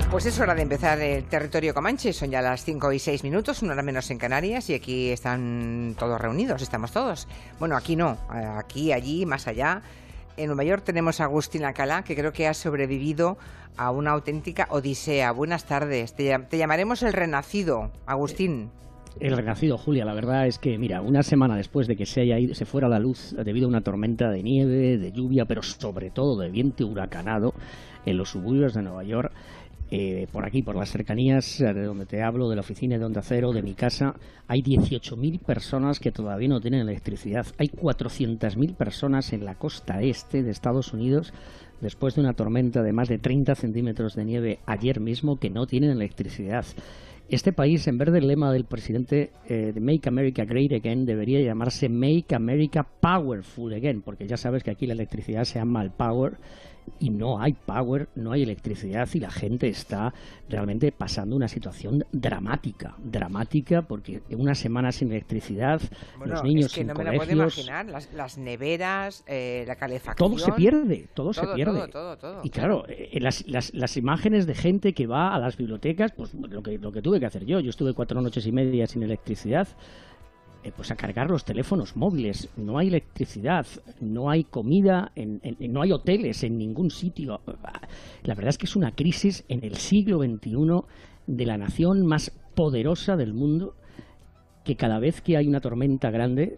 Pues es hora de empezar el territorio Comanche. Son ya las 5:06, una hora menos en Canarias, y aquí están todos reunidos, estamos todos. Bueno, aquí no, aquí, allí, más allá. En Nueva York tenemos a Agustín Alcalá, que creo que ha sobrevivido a una auténtica odisea. Buenas tardes, te llamaremos el Renacido, Agustín. El Renacido, Julia. La verdad es que, mira, una semana después de que se fuera la luz debido a una tormenta de nieve, de lluvia, pero sobre todo de viento huracanado en los suburbios de Nueva York, por aquí, por las cercanías de donde te hablo, de la oficina de Onda Cero, de mi casa, hay 18.000 personas que todavía no tienen electricidad. Hay 400.000 personas en la costa este de Estados Unidos, después de una tormenta de más de 30 centímetros de nieve ayer mismo, que no tienen electricidad. Este país, en vez del lema del presidente de Make America Great Again, debería llamarse Make America Powerful Again, porque ya sabes que aquí la electricidad se llama el power, y no hay power, no hay electricidad, y la gente está realmente pasando una situación dramática, porque una semana sin electricidad, bueno, los niños es que sin no colegios... me lo puedo imaginar, las neveras, la calefacción... Todo se pierde. Todo. Y claro, las imágenes de gente que va a las bibliotecas, pues lo que tuve que hacer yo estuve 4 noches y media sin electricidad, pues a cargar los teléfonos móviles. No hay electricidad, no hay comida, no hay hoteles en ningún sitio. La verdad es que es una crisis en el siglo XXI de la nación más poderosa del mundo, que cada vez que hay una tormenta grande,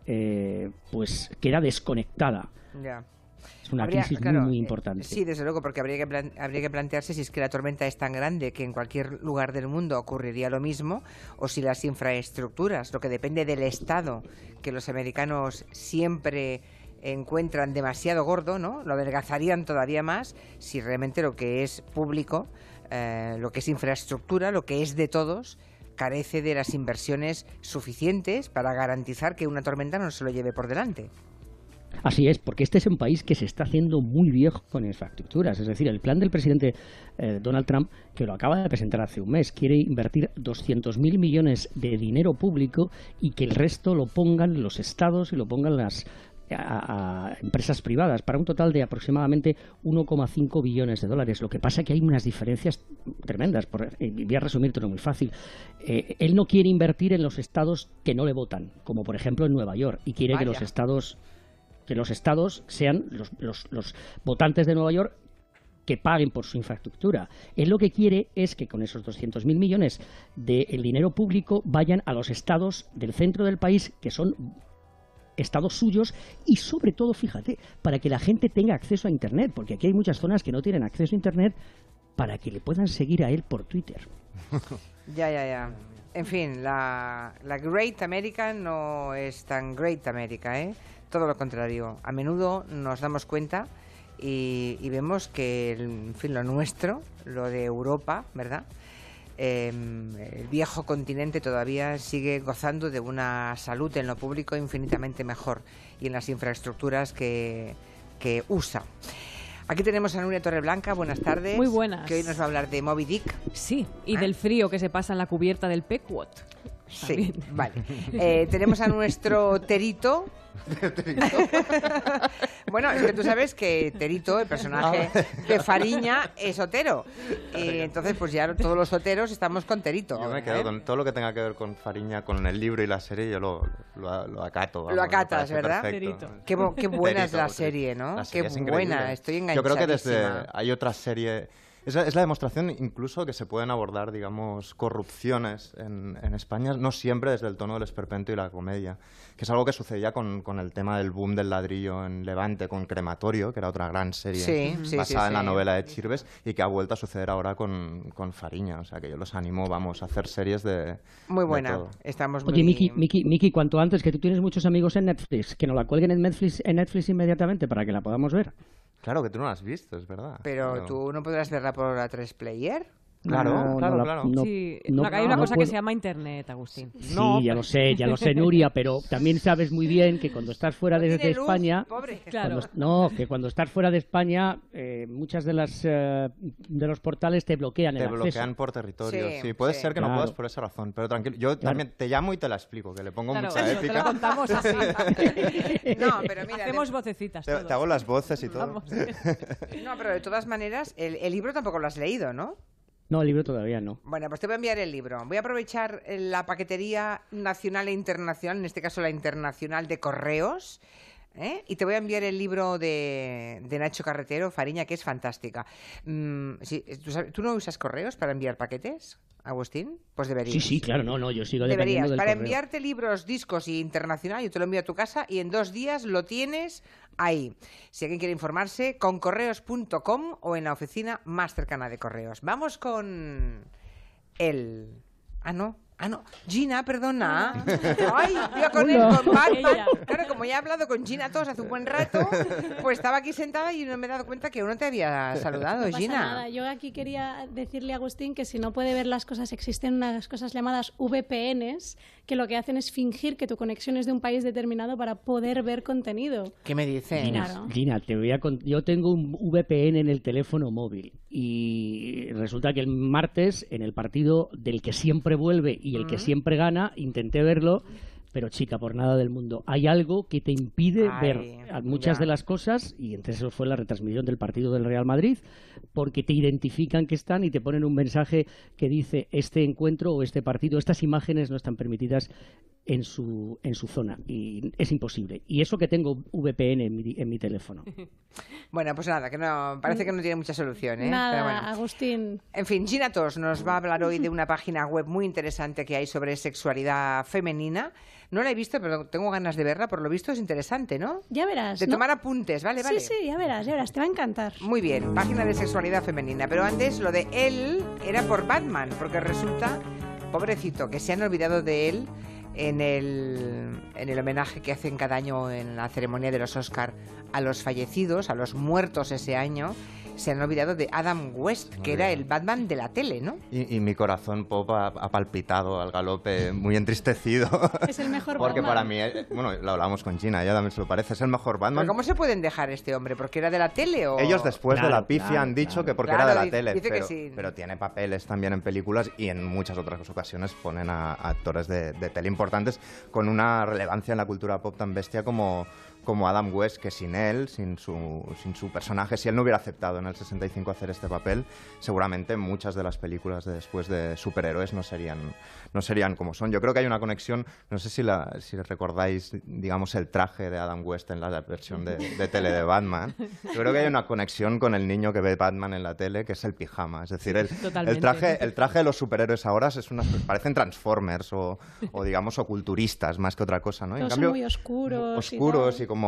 pues queda desconectada. Ya. Es una crisis muy importante. Sí, desde luego, porque habría que plantearse si es que la tormenta es tan grande que en cualquier lugar del mundo ocurriría lo mismo, o si las infraestructuras, lo que depende del Estado, que los americanos siempre encuentran demasiado gordo, ¿no? Lo adelgazarían todavía más si realmente lo que es público, lo que es infraestructura, lo que es de todos, carece de las inversiones suficientes para garantizar que una tormenta no se lo lleve por delante. Así es, porque este es un país que se está haciendo muy viejo con infraestructuras. Es decir, el plan del presidente Donald Trump, que lo acaba de presentar hace un mes, quiere invertir 200.000 millones de dinero público y que el resto lo pongan los estados y lo pongan las a empresas privadas, para un total de aproximadamente 1,5 billones de dólares. Lo que pasa es que hay unas diferencias tremendas. Voy a resumírtelo muy fácil. Él no quiere invertir en los estados que no le votan, como por ejemplo en Nueva York, y quiere que los estados sean los votantes de Nueva York que paguen por su infraestructura. Él lo que quiere es que con esos 200.000 millones del dinero público vayan a los estados del centro del país, que son estados suyos, y sobre todo, fíjate, para que la gente tenga acceso a Internet, porque aquí hay muchas zonas que no tienen acceso a Internet, para que le puedan seguir a él por Twitter. Ya. En fin, la Great America no es tan Great America, ¿eh? Todo lo contrario. A menudo nos damos cuenta y vemos que, en fin, lo nuestro, lo de Europa, ¿verdad? El viejo continente todavía sigue gozando de una salud en lo público infinitamente mejor y en las infraestructuras que usa. Aquí tenemos a Nuria Torreblanca, buenas tardes. Muy buenas. Que hoy nos va a hablar de Moby Dick. Sí, y del frío que se pasa en la cubierta del Pequot. Sí, vale. Tenemos a nuestro Terito. Bueno, es que tú sabes que Terito, el personaje de Fariña, es Otero. Y entonces, pues ya todos los Oteros estamos con Terito. Yo me quedo con todo lo que tenga que ver con Fariña, con el libro y la serie, yo lo acato. Vamos, lo acatas, ¿verdad? Terito. Qué buena es la serie, ¿no? La serie qué es buena, estoy enganchadísima. Yo creo que hay otra serie... Es la demostración incluso que se pueden abordar, digamos, corrupciones en España, no siempre desde el tono del esperpento y la comedia, que es algo que sucedía con el tema del boom del ladrillo en Levante, con Crematorio, que era otra gran serie basada en la novela de Chirves, y que ha vuelto a suceder ahora con Fariña. O sea, que yo los animo, vamos, a hacer series de muy buena. De todo. Estamos Oye, Miki, cuanto antes, que tú tienes muchos amigos en Netflix, que nos la cuelguen en Netflix inmediatamente para que la podamos ver. Claro que tú no la has visto, es verdad. Pero tú no podrás verla por A3 Player. Claro. Sí, hay una cosa que se llama Internet, Agustín. Sí, ya lo sé, Nuria, pero también sabes muy bien que cuando estás fuera de España... Claro. Cuando estás fuera de España, muchas de los portales te bloquean el acceso. Te bloquean por territorio, sí. Puede ser que no puedas por esa razón, pero tranquilo, yo también te llamo y te la explico, que le pongo mucha épica. Te lo contamos así. No, pero mira... Hacemos vocecitas todos. Te hago las voces y todo. No, pero de todas maneras, el libro tampoco lo has leído, ¿no? No, el libro todavía no. Bueno, pues te voy a enviar el libro. Voy a aprovechar la paquetería nacional e internacional, en este caso la internacional de correos, y te voy a enviar el libro de Nacho Carretero, Fariña, que es fantástica. Sí, ¿tú no usas correos para enviar paquetes, Agustín? Pues deberías. Sí, claro, no, yo sigo deberías. dependiendo del Para correo. enviarte libros, discos y internacional, yo te lo envío a tu casa y en 2 días lo tienes ahí. Si alguien quiere informarse, con correos.com o en la oficina más cercana de correos. Vamos con él. Ah, no. Gina, perdona. Ay, iba con él, con Batman. Claro, como ya he hablado con Gina todos hace un buen rato, pues estaba aquí sentada y no me he dado cuenta que uno te había saludado, No Gina. pasa nada. Yo aquí quería decirle a Agustín que si no puede ver las cosas, existen unas cosas llamadas VPNs que lo que hacen es fingir que tu conexión es de un país determinado para poder ver contenido. ¿Qué me dices? Gina, yo tengo un VPN en el teléfono móvil y resulta que el martes, en el partido del que siempre vuelve y el que siempre gana, intenté verlo, pero chica, por nada del mundo. Hay algo que te impide ver muchas de las cosas, y entre eso fue la retransmisión del partido del Real Madrid, porque te identifican que están y te ponen un mensaje que dice este encuentro o este partido, estas imágenes no están permitidas en su zona, y es imposible. Y eso que tengo VPN en mi teléfono. Bueno, pues nada, que no, parece que no tiene mucha solución, ¿eh? Nada, Pero bueno. Agustín. En fin, Gina Tos nos va a hablar hoy de una página web muy interesante que hay sobre sexualidad femenina. No la he visto, pero tengo ganas de verla. Por lo visto es interesante, ¿no? Ya verás. De ¿no? tomar apuntes, ¿vale? Vale. Sí, ya verás, te va a encantar. Muy bien, página de sexualidad femenina. Pero antes lo de él era por Batman, porque resulta, pobrecito, que se han olvidado de él en el homenaje que hacen cada año en la ceremonia de los Oscar a los fallecidos, a los muertos ese año. Se han olvidado de Adam West, que era el Batman de la tele, ¿no? Y mi corazón pop ha palpitado al galope, muy entristecido. Es el mejor Porque Batman. para mí, bueno, lo hablamos con Gina, ella también se lo parece, es el mejor Batman. ¿Pero cómo se pueden dejar este hombre? ¿Porque era de la tele o...? Ellos después de Claro, la pifia han dicho que porque Claro, era de la tele, dice que pero, sí. pero tiene papeles también en películas y en muchas otras ocasiones ponen a actores de tele importantes con una relevancia en la cultura pop tan bestia como Adam West, que sin él, sin su personaje, si él no hubiera aceptado en el 65 hacer este papel, seguramente muchas de las películas de después de superhéroes no serían como son. Yo creo que hay una conexión, no sé si recordáis, digamos, el traje de Adam West en la versión de tele de Batman. Yo creo que hay una conexión con el niño que ve Batman en la tele, que es el pijama. Es decir, el traje de los superhéroes ahora parecen Transformers o digamos, o culturistas más que otra cosa, ¿no? Todos En cambio, son muy oscuros. oscuros y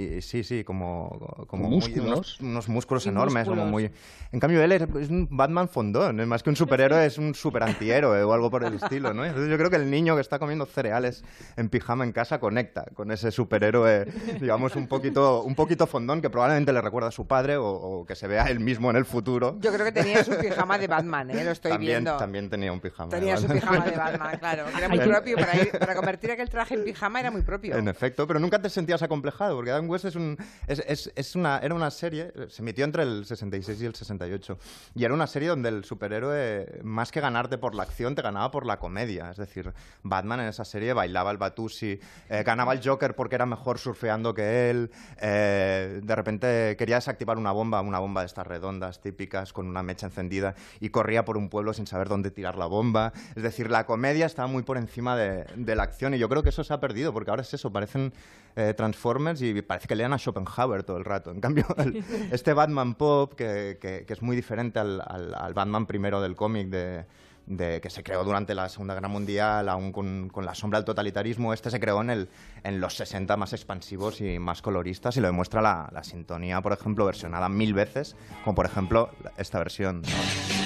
como músculos. unos músculos Sí, enormes, músculos. como muy. En cambio él es un Batman fondón, más que un superhéroe es un super antihéroe o algo por el estilo, ¿no? Entonces yo creo que el niño que está comiendo cereales en pijama en casa conecta con ese superhéroe, digamos, un poquito fondón que probablemente le recuerda a su padre o que se vea él mismo en el futuro. Yo creo que tenía su pijama de Batman, ¿eh? Lo estoy viendo. También tenía un pijama. Tenía su pijama de Batman, claro. Era muy propio. Para convertir aquel traje en pijama era muy propio. En efecto, pero nunca te sentías acomplejado, porque Adam West era una serie, se emitió entre el 66 y el 68, y era una serie donde el superhéroe, más que ganarte por la acción, te ganaba por la comedia. Es decir, Batman en esa serie bailaba el Batusi, ganaba el Joker porque era mejor surfeando que él, de repente quería desactivar una bomba de estas redondas típicas con una mecha encendida y corría por un pueblo sin saber dónde tirar la bomba. Es decir, la comedia estaba muy por encima de la acción, y yo creo que eso se ha perdido, porque ahora es eso, parecen Transformers y parece que lean a Schopenhauer todo el rato. En cambio, este Batman pop, que es muy diferente al Batman primero del cómic que se creó durante la Segunda Guerra Mundial, aún con la sombra del totalitarismo, este se creó en los 60 más expansivos y más coloristas, y lo demuestra la sintonía, por ejemplo, versionada 1000 veces, como por ejemplo esta versión, ¿no?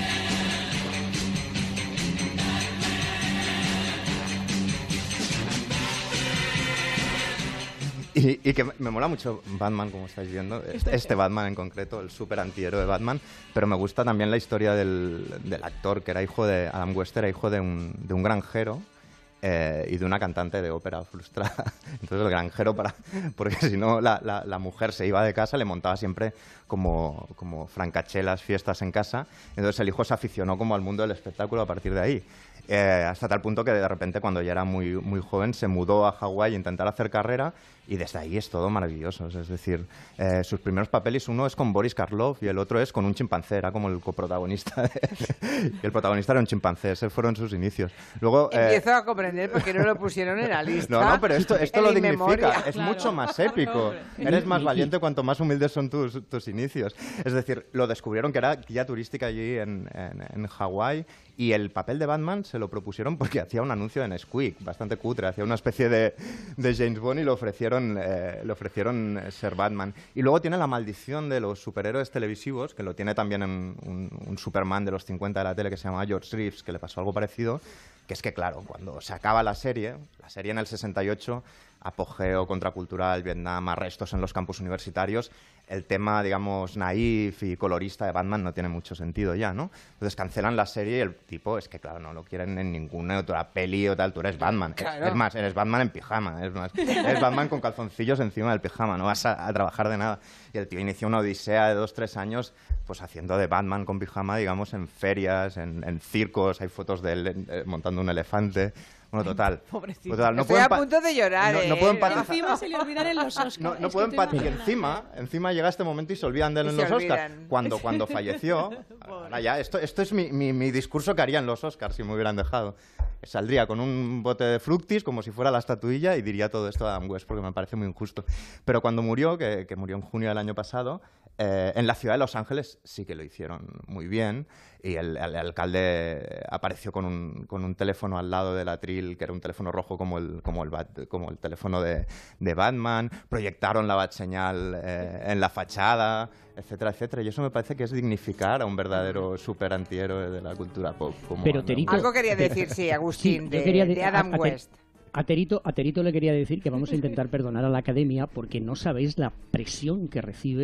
Y que me mola mucho Batman, como estáis viendo, este Batman en concreto, el super antihéroe de Batman, pero me gusta también la historia del actor, que era hijo de Adam West, era hijo de un granjero y de una cantante de ópera frustrada. Entonces el granjero, porque si no la mujer se iba de casa, le montaba siempre como francachelas, fiestas en casa. Entonces el hijo se aficionó como al mundo del espectáculo a partir de ahí. hasta tal punto que de repente, cuando ya era muy, muy joven, se mudó a Hawái a intentar hacer carrera, y desde ahí es todo maravilloso. Es decir, sus primeros papeles, uno es con Boris Karloff y el otro es con un chimpancé, era como el coprotagonista. Y el protagonista era un chimpancé, esos fueron sus inicios. Luego, empiezo a comprender por qué no lo pusieron en la lista. No, pero esto lo dignifica, memoria. es mucho más épico. Eres más valiente cuanto más humildes son tus inicios. Es decir, lo descubrieron que era guía turística allí en Hawái, y el papel de Batman se lo propusieron porque hacía un anuncio en Nesquik, bastante cutre, hacía una especie de James Bond, y le ofrecieron ser Batman. Y luego tiene la maldición de los superhéroes televisivos, que lo tiene también un Superman de los 50 de la tele que se llama George Reeves, que le pasó algo parecido, que es que, claro, cuando se acaba la serie en el 68, apogeo contracultural, Vietnam, arrestos en los campus universitarios, el tema, digamos, naif y colorista de Batman no tiene mucho sentido ya, ¿no? Entonces cancelan la serie, y el tipo, es que, claro, no lo quieren en ninguna otra peli o tal, tú eres Batman. Claro. Es más, eres Batman en pijama, eres Batman con calzoncillos encima del pijama, no vas a trabajar de nada. Y el tío inició una odisea de 2-3 años, pues haciendo de Batman con pijama, digamos, en ferias, en circos, hay fotos de él montando un elefante. Bueno, total. Pobrecito. Total, no Estoy a punto de llorar, no puedo empatizar. Encima se le olvidan en los Oscars. No puedo empatizar. Y encima llega este momento y se olvidan de él en los Oscars. Cuando falleció, ahora ya, esto es mi discurso que haría en los Oscars si me hubieran dejado. Saldría con un bote de Fructis como si fuera la estatuilla y diría todo esto a Adam West, porque me parece muy injusto. Pero cuando murió, que murió en junio del año pasado, en la ciudad de Los Ángeles sí que lo hicieron muy bien, y el alcalde apareció con un teléfono al lado del atril, que era un teléfono rojo como el teléfono de Batman, proyectaron la batseñal en la fachada, etcétera, etcétera. Y eso me parece que es dignificar a un verdadero super antihéroe de la cultura pop. Como pero Terito, algo quería decir, sí, Agustín, de Adam West. A Terito le quería decir que vamos a intentar perdonar a la Academia, porque no sabéis la presión que recibe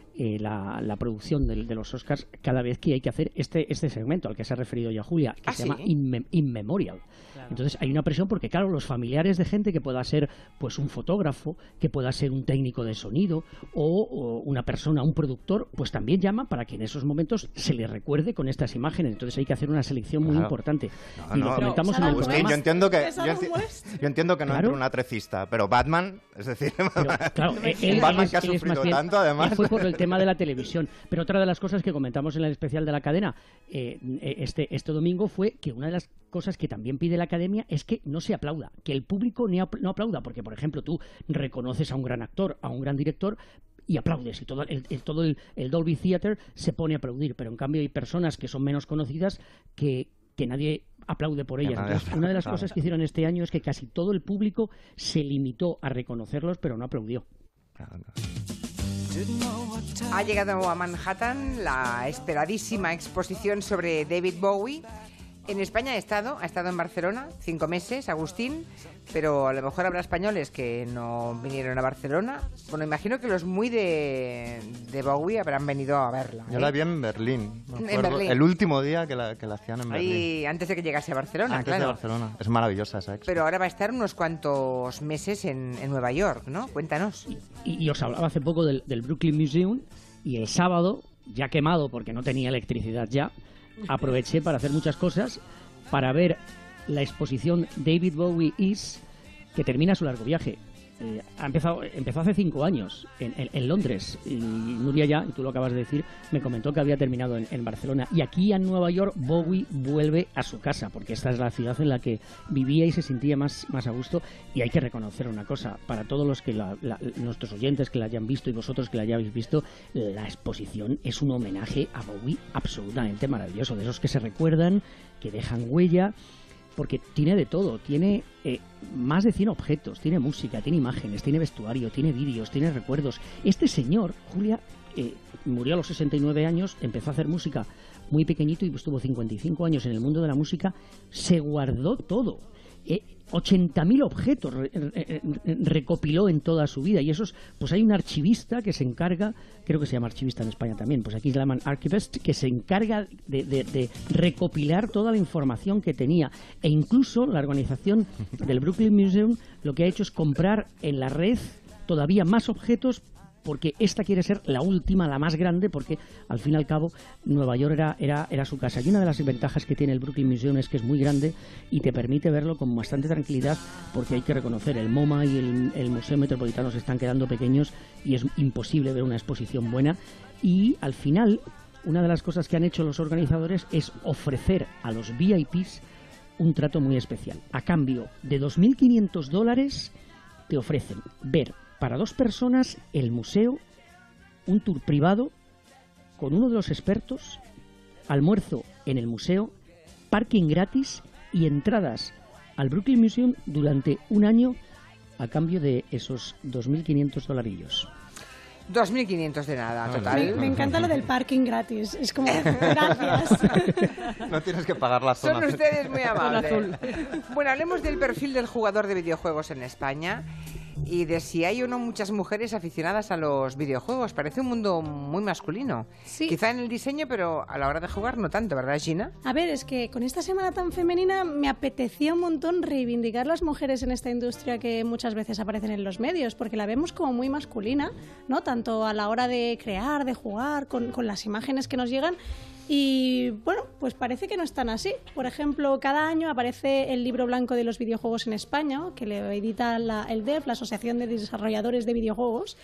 la producción de los Oscars cada vez que hay que hacer este segmento al que se ha referido ya Julia, que se llama In Memorial. Claro. Entonces hay una presión porque, claro, los familiares de gente que pueda ser pues un fotógrafo, que pueda ser un técnico de sonido o una persona, un productor, pues también llama para que en esos momentos se les recuerde con estas imágenes. Entonces hay que hacer una selección muy importante. Lo comentamos en el programa. Yo entiendo que no entre un atrecista, pero Batman, es decir, claro, Batman que ha sufrido tanto, además. Fue por el tema de la televisión. Pero otra de las cosas que comentamos en el especial de la cadena este domingo fue que una de las cosas que también pide la Academia es que no se aplauda, que el público no aplauda, porque, por ejemplo, tú reconoces a un gran actor, a un gran director, y aplaudes, y todo el Dolby Theatre se pone a aplaudir, pero en cambio hay personas que son menos conocidas que nadie aplaude por ellas. Entonces, una de las cosas que hicieron este año es que casi todo el público se limitó a reconocerlos, pero no aplaudió. Ha llegado a Manhattan la esperadísima exposición sobre David Bowie. En España ha estado en Barcelona 5 meses, Agustín, pero a lo mejor habrá españoles que no vinieron a Barcelona. Bueno, imagino que los muy de Bowie habrán venido a verla. Yo la vi en Berlín. El último día que la hacían en Berlín. Ahí, antes de que llegase a Barcelona, antes de Barcelona. Es maravillosa esa expo. Pero ahora va a estar unos cuantos meses en Nueva York, ¿no? Cuéntanos. Y os hablaba hace poco del Brooklyn Museum, y el sábado, ya quemado porque no tenía electricidad ya, aproveché para hacer muchas cosas, para ver la exposición David Bowie Is, que termina su largo viaje. Empezó hace 5 años en Londres, y Nuria ya, y tú lo acabas de decir, me comentó que había terminado en Barcelona, y aquí en Nueva York Bowie vuelve a su casa, porque esta es la ciudad en la que vivía y se sentía más a gusto. Y hay que reconocer una cosa, para todos los que nuestros oyentes que la hayan visto y vosotros que la hayáis visto, la exposición es un homenaje a Bowie absolutamente maravilloso, de esos que se recuerdan, que dejan huella, porque tiene de todo, tiene más de 100 objetos, tiene música, tiene imágenes, tiene vestuario, tiene vídeos, tiene recuerdos. Este señor, Julia, murió a los 69 años, empezó a hacer música muy pequeñito y estuvo 55 años en el mundo de la música, se guardó todo. 80.000 objetos recopiló en toda su vida, y esos, pues hay un archivista que se encarga, creo que se llama archivista en España también, pues aquí se llaman archivist, que se encarga de recopilar toda la información que tenía. E incluso la organización del Brooklyn Museum lo que ha hecho es comprar en la red todavía más objetos porque esta quiere ser la última, la más grande, porque al fin y al cabo Nueva York era su casa. Y una de las ventajas que tiene el Brooklyn Museum es que es muy grande y te permite verlo con bastante tranquilidad, porque hay que reconocer, el MoMA y el Museo Metropolitano se están quedando pequeños y es imposible ver una exposición buena. Y al final, una de las cosas que han hecho los organizadores es ofrecer a los VIPs un trato muy especial. A cambio de $2.500 te ofrecen ver para 2 personas el museo, un tour privado con uno de los expertos, almuerzo en el museo, parking gratis y entradas al Brooklyn Museum durante un año a cambio de esos $2.500. 2.500 de nada, total. Me encanta lo del parking gratis. Es como, gracias. No tienes que pagar la zona. Son ustedes muy amables. Bueno, hablemos del perfil del jugador de videojuegos en España y de si hay o no muchas mujeres aficionadas a los videojuegos. Parece un mundo muy masculino. Sí. Quizá en el diseño, pero a la hora de jugar no tanto, ¿verdad, Gina? A ver, es que con esta semana tan femenina me apetecía un montón reivindicar las mujeres en esta industria que muchas veces aparecen en los medios, porque la vemos como muy masculina, ¿no? Tanto a la hora de crear, de jugar, con las imágenes que nos llegan. Y bueno, pues parece que no es tan así. Por ejemplo, cada año aparece el libro blanco de los videojuegos en España, que le edita el DEF, la Asociación de Desarrolladores de Videojuegos.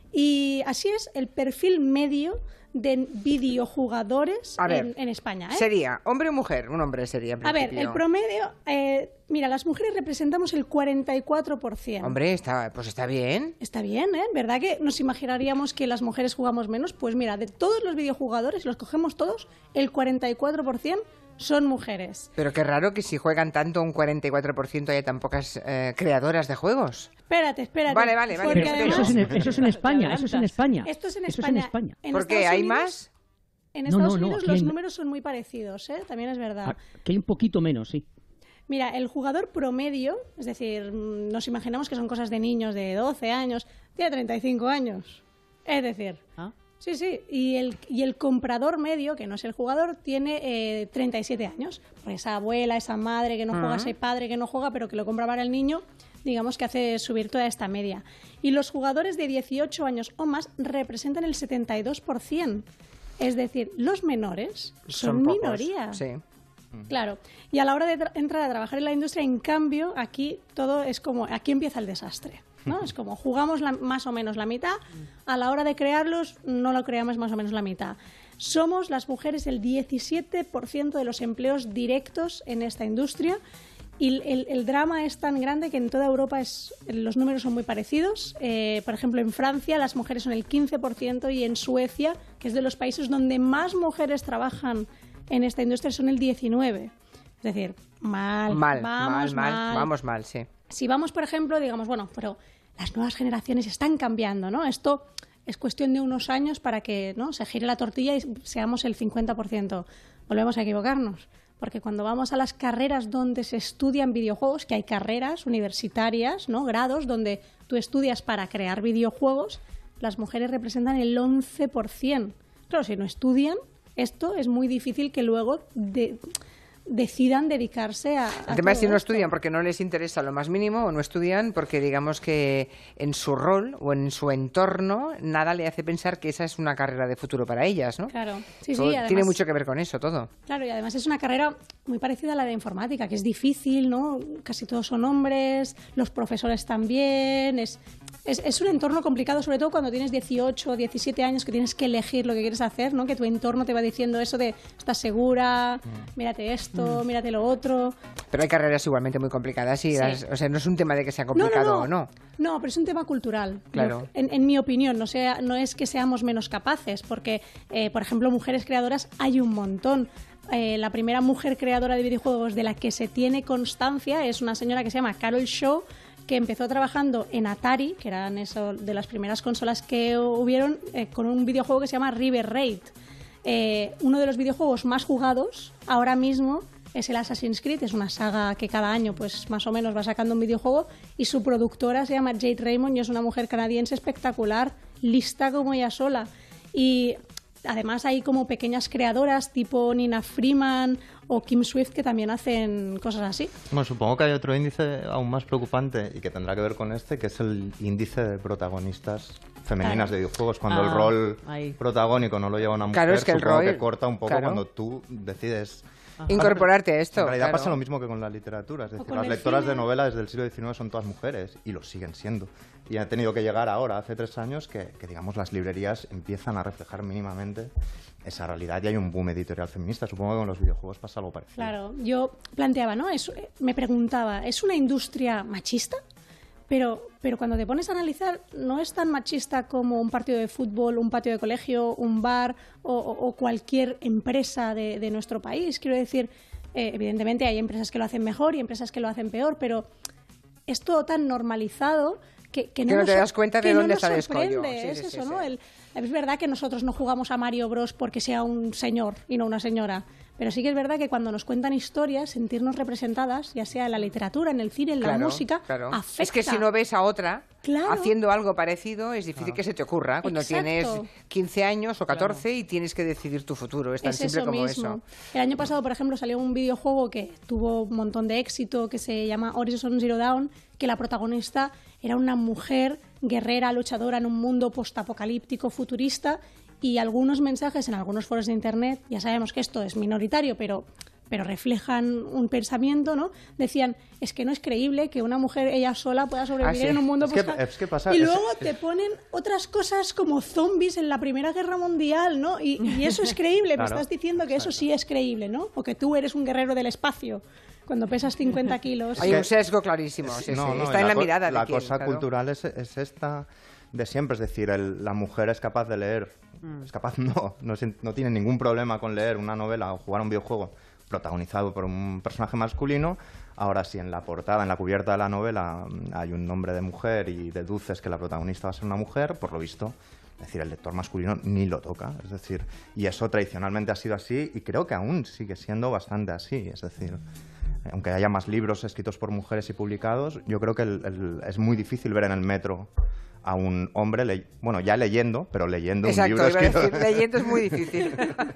Y así es el perfil medio de videojugadores en España. ¿Sería hombre o mujer? Un hombre sería, en principio. A ver, el promedio... mira, las mujeres representamos el 44%. Hombre, pues está bien. Está bien, ¿eh? ¿Verdad que nos imaginaríamos que las mujeres jugamos menos? Pues mira, de todos los videojugadores, los cogemos todos, el 44% son mujeres. Pero qué raro que si juegan tanto un 44% haya tan pocas creadoras de juegos. Espérate. Vale. Porque además, eso es en España. Esto es en España. ¿Por qué? ¿Hay más? En Estados Unidos los números son muy parecidos, ¿eh? También es verdad. Que hay un poquito menos, sí. Mira, el jugador promedio, es decir, nos imaginamos que son cosas de niños de 12 años, tiene 35 años. Es decir... Sí. Y el comprador medio, que no es el jugador, tiene 37 años. Pues esa abuela, esa madre que no juega, ese padre que no juega, pero que lo compra para el niño, digamos que hace subir toda esta media. Y los jugadores de 18 años o más representan el 72%. Es decir, los menores son minoría. Sí. Claro. Y a la hora de entrar a trabajar en la industria, en cambio, aquí todo es como... Aquí empieza el desastre, ¿no? Es como jugamos más o menos la mitad, a la hora de crearlos no lo creamos más o menos la mitad. Somos las mujeres el 17% de los empleos directos en esta industria y el drama es tan grande que en toda Europa los números son muy parecidos. Por ejemplo, en Francia las mujeres son el 15% y en Suecia, que es de los países donde más mujeres trabajan en esta industria, son el 19%. Es decir, vamos mal, sí. Si vamos, por ejemplo, digamos, bueno, pero las nuevas generaciones están cambiando, ¿no? Esto es cuestión de unos años para que, ¿no?, se gire la tortilla y seamos el 50%. Volvemos a equivocarnos, porque cuando vamos a las carreras donde se estudian videojuegos, que hay carreras universitarias, ¿no?, grados donde tú estudias para crear videojuegos, las mujeres representan el 11%. Claro, si no estudian, esto es muy difícil que luego decidan dedicarse a el tema es si no esto. estudian porque no les interesa lo más mínimo o no estudian porque digamos que en su rol o en su entorno nada le hace pensar que esa es una carrera de futuro para ellas, ¿no? Claro, sí, Además, tiene mucho que ver con eso todo. Claro, y además es una carrera muy parecida a la de informática, que es difícil, ¿no? Casi todos son hombres, los profesores también, es un entorno complicado, sobre todo cuando tienes 18 o 17 años que tienes que elegir lo que quieres hacer, ¿no? Que tu entorno te va diciendo eso de estás segura, mírate esto, mírate lo otro. Pero hay carreras igualmente muy complicadas y o sea, no es un tema de que sea complicado o no. No, pero es un tema cultural. Claro. En mi opinión, no es que seamos menos capaces, porque, por ejemplo, mujeres creadoras hay un montón. La primera mujer creadora de videojuegos de la que se tiene constancia es una señora que se llama Carol Shaw, que empezó trabajando en Atari, que eran de las primeras consolas que hubieron, con un videojuego que se llama River Raid. Uno de los videojuegos más jugados ahora mismo es el Assassin's Creed, es una saga que cada año pues más o menos va sacando un videojuego y su productora se llama Jade Raymond y es una mujer canadiense espectacular, lista como ella sola. Y además hay como pequeñas creadoras tipo Nina Freeman o Kim Swift que también hacen cosas así. Bueno, supongo que hay otro índice aún más preocupante y que tendrá que ver con este, que es el índice de protagonistas femeninas de videojuegos, cuando el rol protagónico no lo lleva una mujer, es que supongo el rol, que corta un poco cuando tú decides incorporarte a esto. En realidad pasa lo mismo que con la literatura, es decir, las lectoras de novela desde el siglo XIX son todas mujeres y lo siguen siendo. Y ha tenido que llegar ahora, hace 3 años, que digamos las librerías empiezan a reflejar mínimamente esa realidad y hay un boom editorial feminista. Supongo que con los videojuegos pasa algo parecido. Claro, yo planteaba, ¿no? Me preguntaba, ¿es una industria machista? Pero cuando te pones a analizar, no es tan machista como un partido de fútbol, un patio de colegio, un bar o cualquier empresa de nuestro país. Quiero decir, evidentemente hay empresas que lo hacen mejor y empresas que lo hacen peor, pero es todo tan normalizado que no te das cuenta de dónde está el escollo. Es eso, ¿no? Es verdad que nosotros no jugamos a Mario Bros porque sea un señor y no una señora. Pero sí que es verdad que cuando nos cuentan historias, sentirnos representadas, ya sea en la literatura, en el cine, en la música, afecta. Es que si no ves a otra haciendo algo parecido, es difícil que se te ocurra cuando tienes 15 años o 14 y tienes que decidir tu futuro. Es tan simple como eso. El año pasado, por ejemplo, salió un videojuego que tuvo un montón de éxito, que se llama Horizon Zero Dawn, que la protagonista era una mujer guerrera, luchadora en un mundo postapocalíptico, futurista, y algunos mensajes en algunos foros de internet, ya sabemos que esto es minoritario, pero reflejan un pensamiento, ¿no? Decían, es que no es creíble que una mujer ella sola pueda sobrevivir en un mundo postapocalíptico. Y luego te ponen otras cosas como zombies en la Primera Guerra Mundial, ¿no? Y eso es creíble, me estás diciendo que eso sí es creíble, ¿no? O que tú eres un guerrero del espacio cuando pesas 50 kilos. Hay un sesgo clarísimo, está en la mirada de la cosa cultural es esta de siempre, es decir, la mujer es capaz de leer, es capaz, no tiene ningún problema con leer una novela o jugar un videojuego protagonizado por un personaje masculino. Ahora, si en la portada, en la cubierta de la novela hay un nombre de mujer y deduces que la protagonista va a ser una mujer, por lo visto, es decir, el lector masculino ni lo toca, es decir, y eso tradicionalmente ha sido así y creo que aún sigue siendo bastante así, es decir, aunque haya más libros escritos por mujeres y publicados, yo creo que es muy difícil ver en el metro a un hombre, ya leyendo, pero leyendo un libro escrito. Leyendo es muy difícil.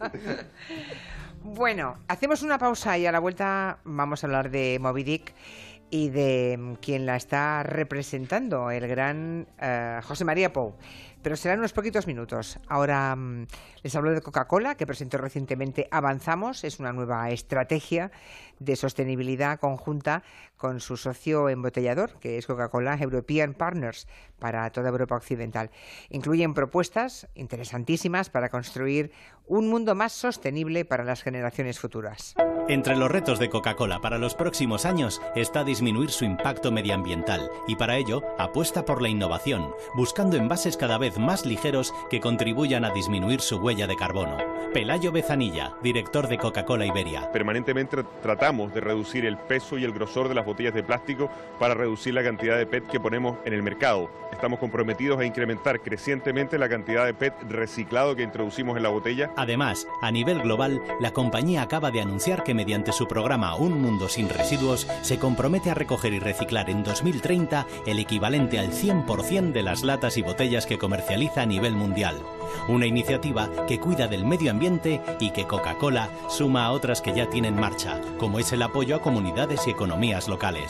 Bueno, hacemos una pausa y a la vuelta vamos a hablar de Moby Dick y de quien la está representando, el gran José María Pou. Pero serán unos poquitos minutos. Ahora les hablo de Coca-Cola, que presentó recientemente Avanzamos. Es una nueva estrategia de sostenibilidad conjunta con su socio embotellador, que es Coca-Cola European Partners, para toda Europa Occidental. Incluyen propuestas interesantísimas para construir un mundo más sostenible para las generaciones futuras. Entre los retos de Coca-Cola para los próximos años está disminuir su impacto medioambiental y para ello apuesta por la innovación, buscando envases cada vez más ligeros que contribuyan a disminuir su huella de carbono. Pelayo Bezanilla, director de Coca-Cola Iberia. Permanentemente tratamos de reducir el peso y el grosor de las botellas de plástico para reducir la cantidad de PET que ponemos en el mercado. Estamos comprometidos a incrementar crecientemente la cantidad de PET reciclado que introducimos en la botella. Además, a nivel global, la compañía acaba de anunciar que mediante su programa Un Mundo Sin Residuos se compromete a recoger y reciclar en 2030 el equivalente al 100% de las latas y botellas que comercializa a nivel mundial. Una iniciativa que cuida del medio ambiente y que Coca-Cola suma a otras que ya tienen marcha, como es el apoyo a comunidades y economías locales.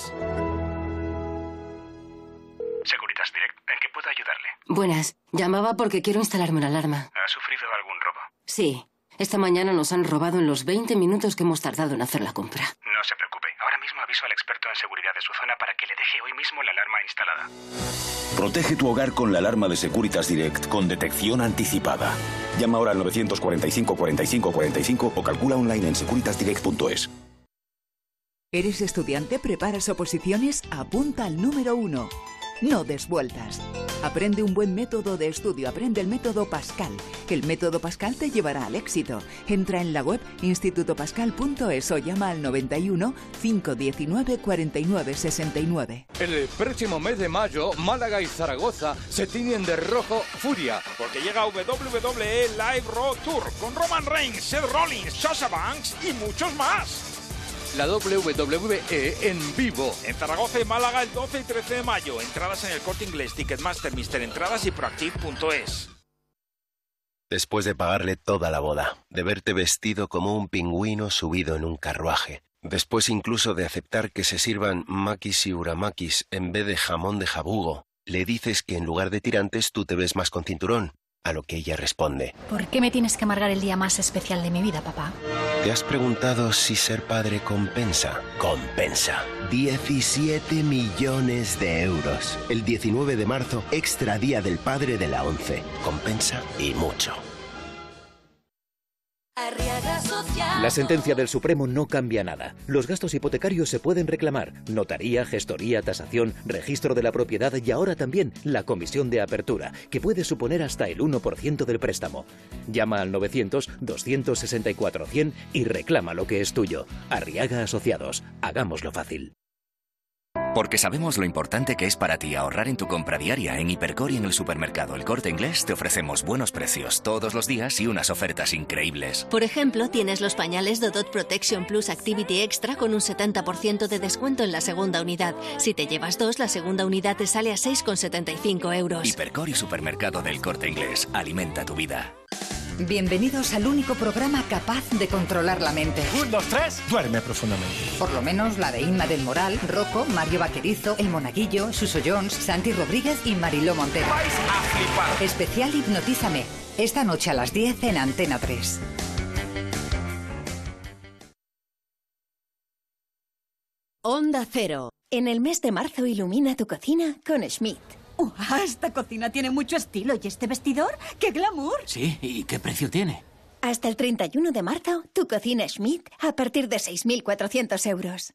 Securitas Direct, ¿en qué puedo ayudarle? Buenas, llamaba porque quiero instalarme una alarma. ¿Ha sufrido algún robo? Sí, esta mañana nos han robado en los 20 minutos que hemos tardado en hacer la compra. No se preocupe, ahora mismo aviso al experto en seguridad de su zona para que le deje hoy mismo la alarma instalada. Protege tu hogar con la alarma de Securitas Direct con detección anticipada. Llama ahora al 945 45 45 o calcula online en securitasdirect.es. ¿Eres estudiante? ¿Preparas oposiciones? Apunta al número 1. No des vueltas. Aprende un buen método de estudio. Aprende el método Pascal. El método Pascal te llevará al éxito. Entra en la web institutopascal.es o llama al 91 519 49 69. El próximo mes de mayo, Málaga y Zaragoza se tiñen de rojo furia, porque llega WWE Live Road Tour con Roman Reigns, Seth Rollins, Sasha Banks y muchos más. La WWE en vivo. En Zaragoza y Málaga el 12 y 13 de mayo. Entradas en el Corte Inglés, Ticketmaster, Mister Entradas y Proactive.es. Después de pagarle toda la boda, de verte vestido como un pingüino subido en un carruaje, después incluso de aceptar que se sirvan makis y uramakis en vez de jamón de jabugo, le dices que en lugar de tirantes tú te ves más con cinturón, a lo que ella responde: ¿Por qué me tienes que amargar el día más especial de mi vida, papá? ¿Te has preguntado si ser padre compensa? Compensa. 17 millones de euros. El 19 de marzo, extra día del padre de la ONCE. Compensa y mucho. La sentencia del Supremo no cambia nada. Los gastos hipotecarios se pueden reclamar. Notaría, gestoría, tasación, registro de la propiedad y ahora también la comisión de apertura, que puede suponer hasta el 1% del préstamo. Llama al 900-264-100 y reclama lo que es tuyo. Arriaga Asociados. Hagámoslo fácil. Porque sabemos lo importante que es para ti ahorrar en tu compra diaria. En Hipercor y en el supermercado El Corte Inglés te ofrecemos buenos precios todos los días y unas ofertas increíbles. Por ejemplo, tienes los pañales Dodot Protection Plus Activity Extra con un 70% de descuento en la segunda unidad. Si te llevas dos, la segunda unidad te sale a 6,75 euros. Hipercor y supermercado del Corte Inglés. Alimenta tu vida. Bienvenidos al único programa capaz de controlar la mente. 1, 2, 3, duerme profundamente. Por lo menos la de Inma del Moral, Rocco, Mario Vaquerizo, El Monaguillo, Suso Jones, Santi Rodríguez y Mariló Montero. ¡Vais a flipar! Especial Hipnotízame. Esta noche a las 10 en Antena 3. Onda Cero. En el mes de marzo ilumina tu cocina con Schmidt. Esta cocina tiene mucho estilo. ¿Y este vestidor? ¡Qué glamour! Sí, ¿y qué precio tiene? Hasta el 31 de marzo, tu cocina Schmidt a partir de 6.400 euros.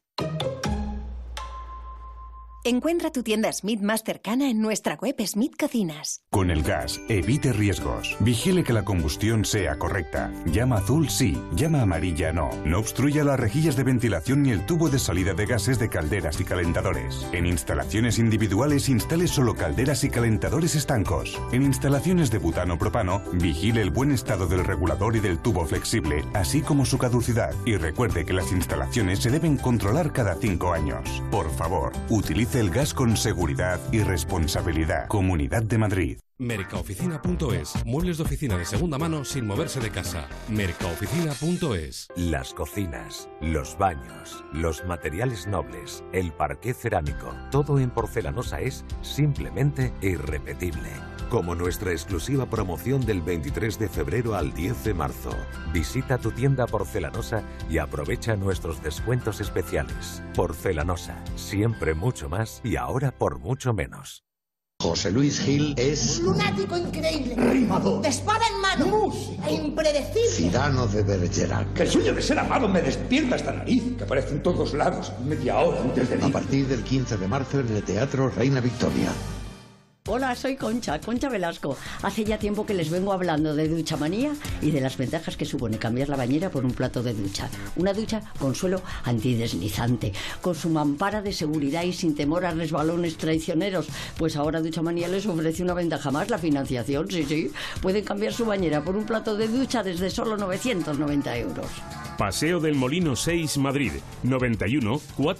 Encuentra tu tienda Schmidt más cercana en nuestra web Schmidt Cocinas. Con el gas, evite riesgos. Vigile que la combustión sea correcta. Llama azul sí, llama amarilla no. No obstruya las rejillas de ventilación ni el tubo de salida de gases de calderas y calentadores. En instalaciones individuales, instale solo calderas y calentadores estancos. En instalaciones de butano propano, vigile el buen estado del regulador y del tubo flexible, así como su caducidad. Y recuerde que las instalaciones se deben controlar cada 5 años. Por favor, utilice el gas con seguridad y responsabilidad. Comunidad de Madrid. Mercaoficina.es. Muebles de oficina de segunda mano sin moverse de casa. Mercaoficina.es. Las cocinas, los baños, los materiales nobles, el parqué cerámico, todo en Porcelanosa es simplemente irrepetible. Como nuestra exclusiva promoción del 23 de febrero al 10 de marzo. Visita tu tienda Porcelanosa y aprovecha nuestros descuentos especiales. Porcelanosa, siempre mucho más y ahora por mucho menos. José Luis Gil es... un lunático increíble. Rimador. De espada en mano. Músico. E impredecible. Cirano de Bergerac. Que el sueño de ser amado me despierta esta nariz, que aparece en todos lados, media hora antes de mí. A partir del 15 de marzo en el Teatro Reina Victoria. Hola, soy Concha Velasco. Hace ya tiempo que les vengo hablando de Duchamanía y de las ventajas que supone cambiar la bañera por un plato de ducha. Una ducha con suelo antideslizante, con su mampara de seguridad y sin temor a resbalones traicioneros. Pues ahora Duchamanía les ofrece una ventaja más, la financiación, sí. Pueden cambiar su bañera por un plato de ducha desde solo 990 euros. Paseo del Molino 6, Madrid, 91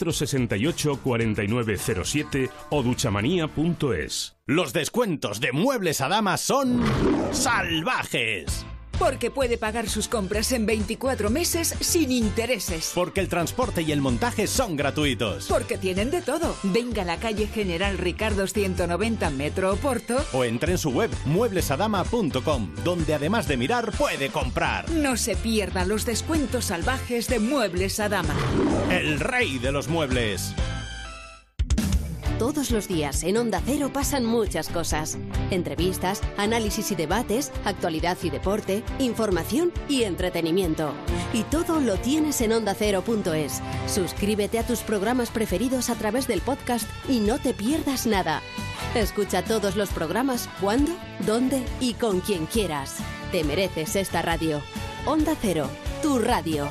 468 4907 o duchamanía.es. Los descuentos de Muebles a Dama son salvajes. Porque puede pagar sus compras en 24 meses sin intereses. Porque el transporte y el montaje son gratuitos. Porque tienen de todo. Venga a la calle General Ricardo 190, Metro Oporto. O entre en su web mueblesadama.com, donde además de mirar puede comprar. No se pierda los descuentos salvajes de Muebles a Dama. El rey de los muebles. Todos los días en Onda Cero pasan muchas cosas. Entrevistas, análisis y debates, actualidad y deporte, información y entretenimiento. Y todo lo tienes en ondacero.es. Suscríbete a tus programas preferidos a través del podcast y no te pierdas nada. Escucha todos los programas cuando, dónde y con quien quieras. Te mereces esta radio. Onda Cero, tu radio.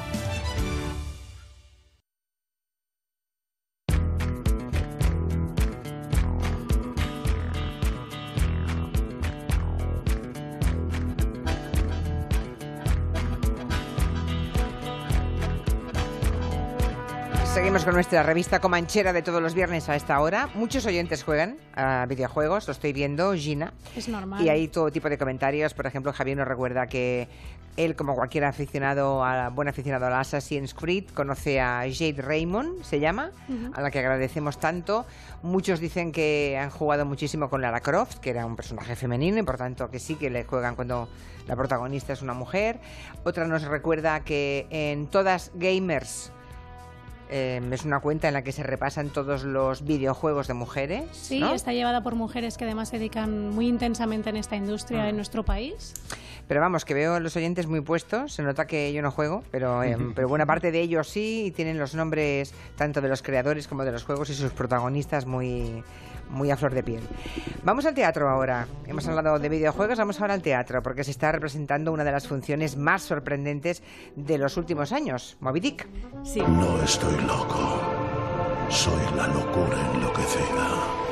Seguimos con nuestra revista comanchera de todos los viernes a esta hora. Muchos oyentes juegan a videojuegos, lo estoy viendo, Gina. Es normal. Y hay todo tipo de comentarios. Por ejemplo, Javier nos recuerda que él, como cualquier buen aficionado a la Assassin's Creed, conoce a Jade Raymond, se llama, a la que agradecemos tanto. Muchos dicen que han jugado muchísimo con Lara Croft, que era un personaje femenino, y por tanto que sí que le juegan cuando la protagonista es una mujer. Otra nos recuerda que en Todas Gamers es una cuenta en la que se repasan todos los videojuegos de mujeres. Sí, ¿no? Está llevada por mujeres que además se dedican muy intensamente en esta industria en nuestro país. Pero vamos, que veo a los oyentes muy puestos. Se nota que yo no juego, pero buena parte de ellos sí, y tienen los nombres tanto de los creadores como de los juegos y sus protagonistas muy a flor de piel. Vamos al teatro ahora. Hemos hablado de videojuegos, vamos ahora al teatro, porque se está representando una de las funciones más sorprendentes de los últimos años, Moby Dick. Sí. No estoy loco. Soy la locura enloquecida.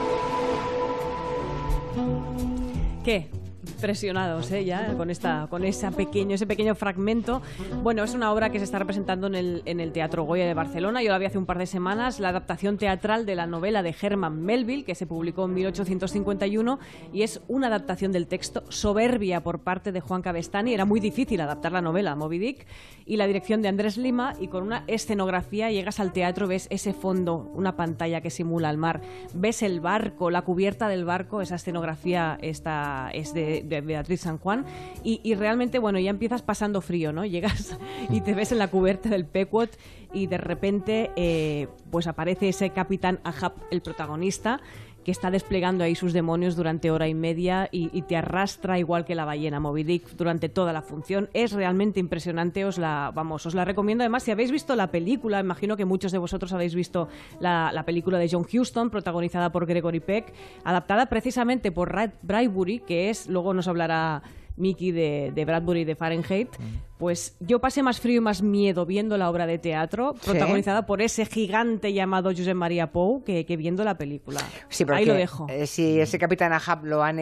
¿Qué? Impresionados ya con ese pequeño fragmento. Bueno, es una obra que se está representando en el Teatro Goya de Barcelona. Yo la vi hace un par de semanas, la adaptación teatral de la novela de Herman Melville, que se publicó en 1851, y es una adaptación del texto soberbia por parte de Juan Cabestany. Era muy difícil adaptar la novela Moby Dick, y la dirección de Andrés Lima, y con una escenografía llegas al teatro, ves ese fondo, una pantalla que simula el mar, ves el barco, la cubierta del barco, esa escenografía es de Beatriz San Juan, y realmente, bueno, ya empiezas pasando frío, ¿no? Llegas y te ves en la cubierta del Pequot y de repente pues aparece ese capitán Ahab, el protagonista, que está desplegando ahí sus demonios durante hora y media y te arrastra igual que la ballena Moby Dick durante toda la función. Es realmente impresionante, os la recomiendo. Además, si habéis visto la película, imagino que muchos de vosotros habéis visto la película de John Huston, protagonizada por Gregory Peck, adaptada precisamente por Ray Bradbury, que es, luego nos hablará Miki de Bradbury de Fahrenheit. Pues yo pasé más frío y más miedo viendo la obra de teatro, protagonizada por ese gigante llamado Josep Maria Pou, que viendo la película. Sí, porque, ahí lo dejo. Si ese Capitán Ahab lo han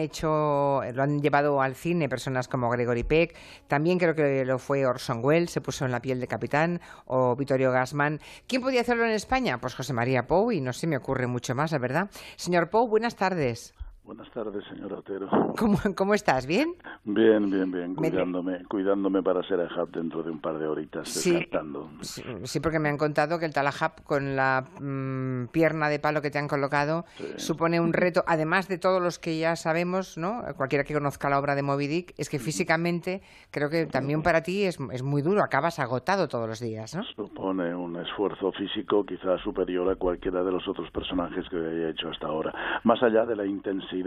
llevado al cine personas como Gregory Peck, también creo que lo fue Orson Welles, se puso en la piel de capitán, o Vittorio Gassman. ¿Quién podía hacerlo en España? Pues José María Pou, y no se me ocurre mucho más, la verdad. Señor Pou, buenas tardes. Buenas tardes, señor Otero. ¿Cómo estás? ¿Bien? Bien. Cuidándome para ser Ahab dentro de un par de horitas, descartando. Sí, porque me han contado que el tal Ahab, con la pierna de palo que te han colocado, supone un reto, además de todos los que ya sabemos, ¿no? Cualquiera que conozca la obra de Moby Dick, es que físicamente creo que también para ti es muy duro, acabas agotado todos los días, ¿no? Supone un esfuerzo físico quizás superior a cualquiera de los otros personajes que haya hecho hasta ahora. Más allá de la intensidad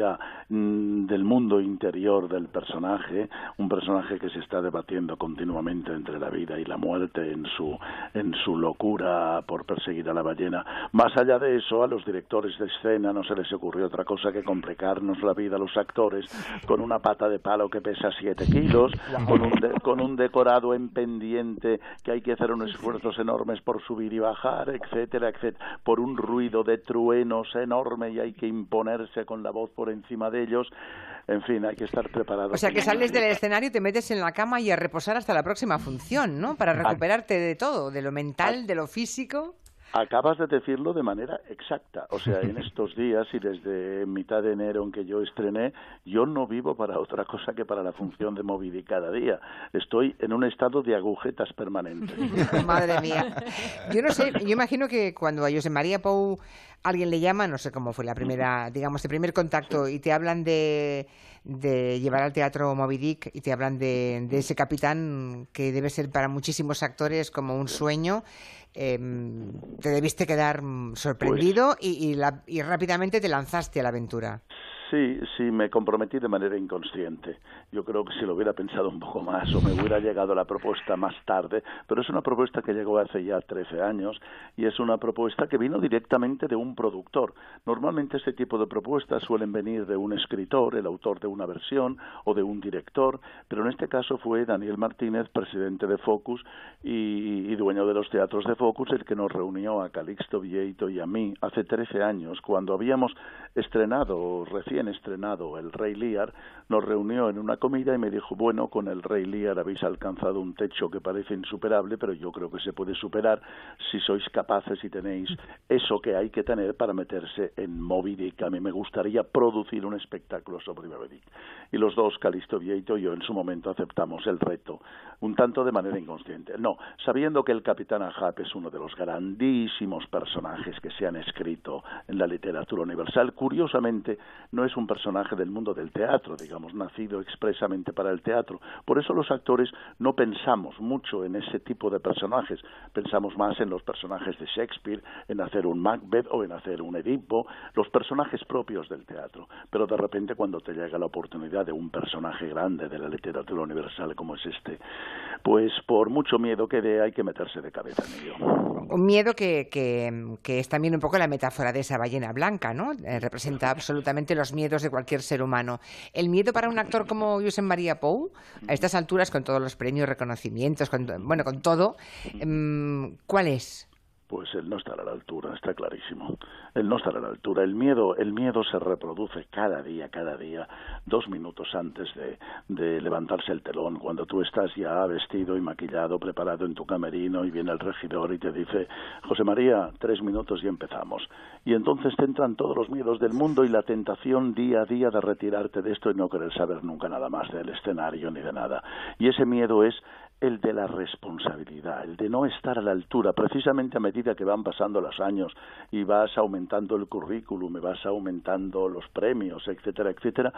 del mundo interior del personaje, un personaje que se está debatiendo continuamente entre la vida y la muerte en su locura por perseguir a la ballena. Más allá de eso, a los directores de escena no se les ocurrió otra cosa que complicarnos la vida a los actores con una pata de palo que pesa 7 kilos, con un decorado en pendiente que hay que hacer unos esfuerzos enormes por subir y bajar, etcétera, por un ruido de truenos enorme y hay que imponerse con la voz por encima de ellos. En fin, hay que estar preparado. O sea, que sales del escenario y te metes en la cama y a reposar hasta la próxima función, ¿no? Para recuperarte de todo, de lo mental, de lo físico. Acabas de decirlo de manera exacta. O sea, en estos días y desde mitad de enero en que yo estrené, yo no vivo para otra cosa que para la función de Moby Dick cada día. Estoy en un estado de agujetas permanente. Madre mía. Yo no sé, yo imagino que cuando a José María Pou alguien le llama, no sé cómo fue la primera, digamos, el primer contacto, y te hablan de llevar al teatro Moby Dick y te hablan de ese capitán que debe ser para muchísimos actores como un sueño, te debiste quedar sorprendido y rápidamente te lanzaste a la aventura. Sí, me comprometí de manera inconsciente. Yo creo que si lo hubiera pensado un poco más o me hubiera llegado la propuesta más tarde, pero es una propuesta que llegó hace ya 13 años y es una propuesta que vino directamente de un productor. Normalmente este tipo de propuestas suelen venir de un escritor, el autor de una versión, o de un director, pero en este caso fue Daniel Martínez, presidente de Focus y dueño de los teatros de Focus, el que nos reunió a Calixto Vieito y a mí hace 13 años, cuando habíamos recién estrenado El Rey Lear, nos reunió en una comida y me dijo, bueno, con el Rey Lear habéis alcanzado un techo que parece insuperable, pero yo creo que se puede superar si sois capaces y tenéis eso que hay que tener para meterse en Moby Dick. A mí me gustaría producir un espectáculo sobre Moby Dick. Y los dos, Calixto Vieito y yo, en su momento aceptamos el reto, un tanto de manera inconsciente. No, sabiendo que el Capitán Ahab es uno de los grandísimos personajes que se han escrito en la literatura universal. Curiosamente, no es un personaje del mundo del teatro, digamos, nacido expresamente para el teatro. Por eso los actores no pensamos mucho en ese tipo de personajes, pensamos más en los personajes de Shakespeare, en hacer un Macbeth o en hacer un Edipo, los personajes propios del teatro. Pero de repente cuando te llega la oportunidad de un personaje grande de la literatura universal como es este, pues por mucho miedo que dé hay que meterse de cabeza en ello. Un miedo que es también un poco la metáfora de esa ballena blanca, ¿no? Representa absolutamente los miedos de cualquier ser humano. El miedo para un actor como Josep Maria Pou, a estas alturas, con todos los premios, reconocimientos, con todo, ¿cuál es? Pues él no estará a la altura, está clarísimo. Él no estará a la altura. El miedo se reproduce cada día, 2 minutos antes de levantarse el telón, cuando tú estás ya vestido y maquillado, preparado en tu camerino y viene el regidor y te dice, José María, 3 minutos y empezamos. Y entonces te entran todos los miedos del mundo y la tentación día a día de retirarte de esto y no querer saber nunca nada más del escenario ni de nada. Y ese miedo es el de la responsabilidad, el de no estar a la altura, precisamente a medida que van pasando los años y vas aumentando el currículum, y vas aumentando los premios, etcétera, etcétera,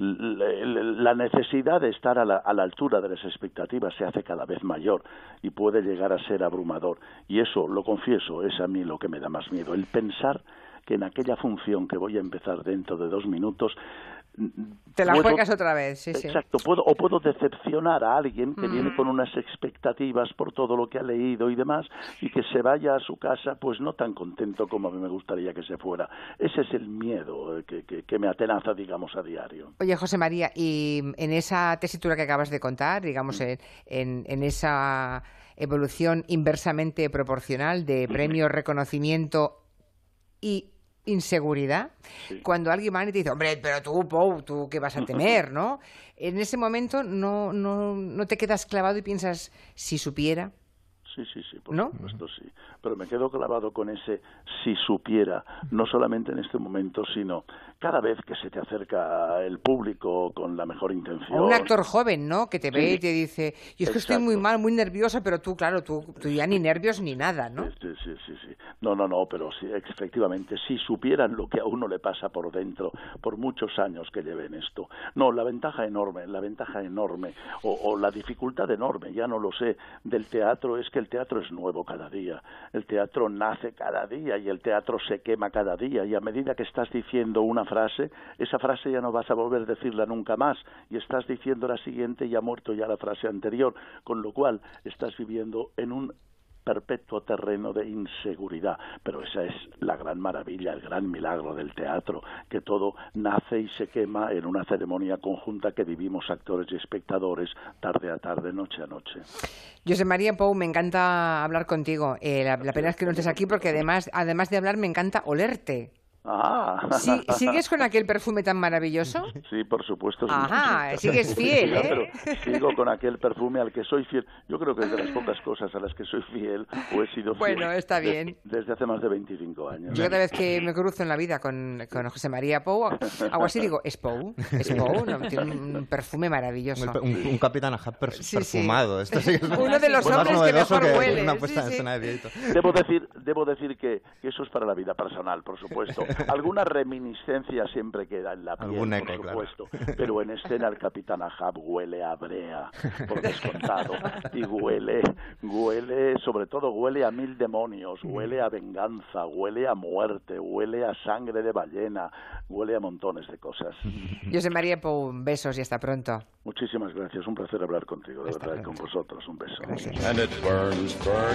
la necesidad de estar a la altura de las expectativas se hace cada vez mayor y puede llegar a ser abrumador. Y eso, lo confieso, es a mí lo que me da más miedo, el pensar que en aquella función que voy a empezar dentro de 2 minutos te la juegas otra vez, sí. Exacto, puedo decepcionar a alguien que viene con unas expectativas por todo lo que ha leído y demás, y que se vaya a su casa pues no tan contento como a mí me gustaría que se fuera. Ese es el miedo que me atenaza, digamos, a diario. Oye, José María, y en esa tesitura que acabas de contar, digamos, en esa evolución inversamente proporcional de premio, reconocimiento y inseguridad, cuando alguien va y te dice, hombre, pero tú, Pou, tú qué vas a temer, ¿no? En ese momento no te quedas clavado y piensas, si supiera. Sí, por supuesto, sí. Pero me quedo clavado con ese si supiera, no solamente en este momento, sino cada vez que se te acerca el público con la mejor intención. O un actor joven, ¿no? Que te ve y te dice, yo es que estoy muy mal, muy nerviosa, pero tú, claro, tú ya ni nervios ni nada, ¿no? Sí. No, pero sí, efectivamente, si supieran lo que a uno le pasa por dentro, por muchos años que lleven esto. No, la ventaja enorme, o la dificultad enorme, ya no lo sé, del teatro es que el teatro es nuevo cada día, el teatro nace cada día y el teatro se quema cada día, y a medida que estás diciendo una frase, esa frase ya no vas a volver a decirla nunca más, y estás diciendo la siguiente y ha muerto ya la frase anterior, con lo cual estás viviendo en un perpetuo terreno de inseguridad. Pero esa es la gran maravilla, el gran milagro del teatro, que todo nace y se quema en una ceremonia conjunta que vivimos actores y espectadores tarde a tarde, noche a noche. Josep Maria Pou, me encanta hablar contigo. La pena es que no estés aquí porque además de hablar me encanta olerte. ¿Sí, ¿sigues con aquel perfume tan maravilloso? Sí, por supuesto. Ajá, sigues fiel, ¿eh? Pero sigo con aquel perfume al que soy fiel. Yo creo que es de las pocas cosas a las que soy fiel o he sido fiel. Bueno, está bien. Desde hace más de 25 años. Yo cada vez que me cruzo en la vida con José María Pou, hago así, digo, ¿es Pou? No, tiene un perfume maravilloso. Un Capitán Ahab perfumado. Sí. Esto sí es uno de los hombres que mejor huele. Una puesta en escena de Vieito. Debo decir que eso es para la vida personal, por supuesto. Alguna reminiscencia siempre queda en la piel, por supuesto, claro. Pero en escena el Capitán Ahab huele a brea, por descontado, y huele, sobre todo huele a 1000 demonios, huele a venganza, huele a muerte, huele a sangre de ballena, huele a montones de cosas. Josep Maria Pou, besos y hasta pronto. Muchísimas gracias, un placer hablar contigo, de verdad, y con vosotros, un beso. And it burns.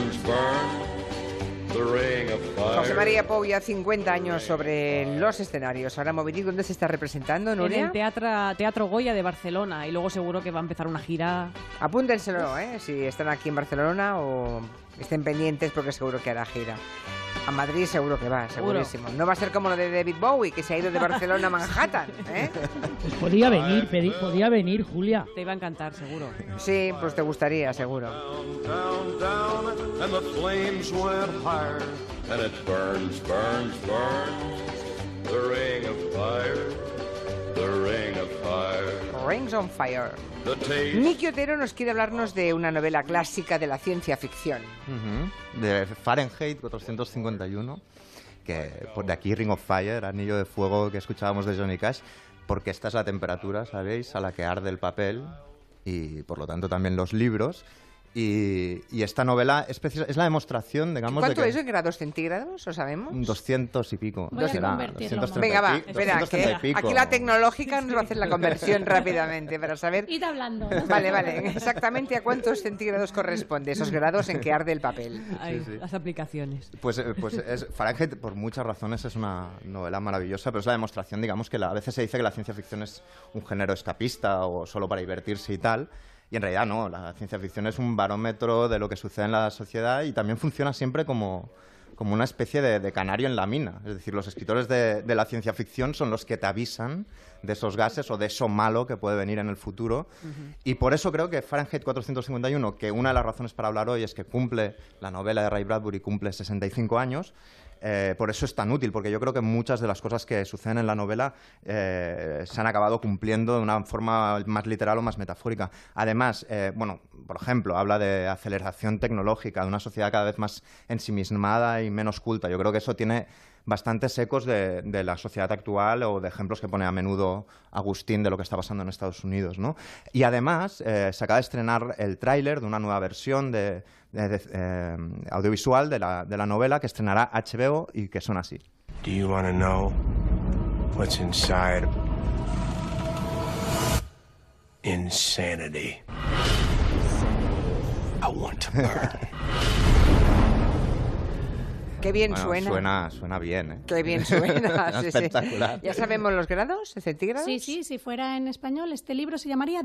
José María Pou, ya 50 años sobre los escenarios. Ahora Moby Dick, ¿dónde se está representando, Nuria? En el Teatro Goya de Barcelona, y luego seguro que va a empezar una gira. Apúntenselo, si están aquí en Barcelona, o estén pendientes porque seguro que hará gira. A Madrid seguro que va, segurísimo. No va a ser como lo de David Bowie, que se ha ido de Barcelona a Manhattan, ¿eh? Pues podía venir, Julia. Te iba a encantar, seguro. Sí, pues te gustaría, seguro. Rings on Fire. Miki Otero nos quiere hablarnos de una novela clásica de la ciencia ficción. De Fahrenheit 451, que por de aquí Ring of Fire, Anillo de Fuego, que escuchábamos de Johnny Cash, porque esta es la temperatura, ¿sabéis?, a la que arde el papel y por lo tanto también los libros. Y esta novela es la demostración, digamos, ¿Cuánto de que es en grados centígrados? ¿Lo sabemos? 200 y pico. Voy a convertirlo. Venga, va, espera, que aquí la tecnológica nos va a hacer la conversión rápidamente para saber... Id hablando. Vale, exactamente a cuántos centígrados corresponde esos grados en que arde el papel. Ay, sí. Las aplicaciones. Pues Fahrenheit, por muchas razones, es una novela maravillosa, pero es la demostración, digamos, que a veces se dice que la ciencia ficción es un género escapista o solo para divertirse y tal. Y en realidad no, la ciencia ficción es un barómetro de lo que sucede en la sociedad y también funciona siempre como una especie de canario en la mina. Es decir, los escritores de la ciencia ficción son los que te avisan de esos gases o de eso malo que puede venir en el futuro. Y por eso creo que Fahrenheit 451, que una de las razones para hablar hoy es que la novela de Ray Bradbury cumple 65 años, por eso es tan útil, porque yo creo que muchas de las cosas que suceden en la novela se han acabado cumpliendo de una forma más literal o más metafórica. Además, por ejemplo, habla de aceleración tecnológica, de una sociedad cada vez más ensimismada y menos culta. Yo creo que eso tiene bastantes ecos de la sociedad actual o de ejemplos que pone a menudo Agustín de lo que está pasando en Estados Unidos, ¿no? Y además se acaba de estrenar el tráiler de una nueva versión de audiovisual de la novela que estrenará HBO y que son así. Do you want to know what's inside insanity? I want to burn. Qué bien suena. Suena bien, ¿eh? Qué bien suena. Sí, espectacular. ¿Ya sabemos los grados centígrados? Sí, si fuera en español, este libro se llamaría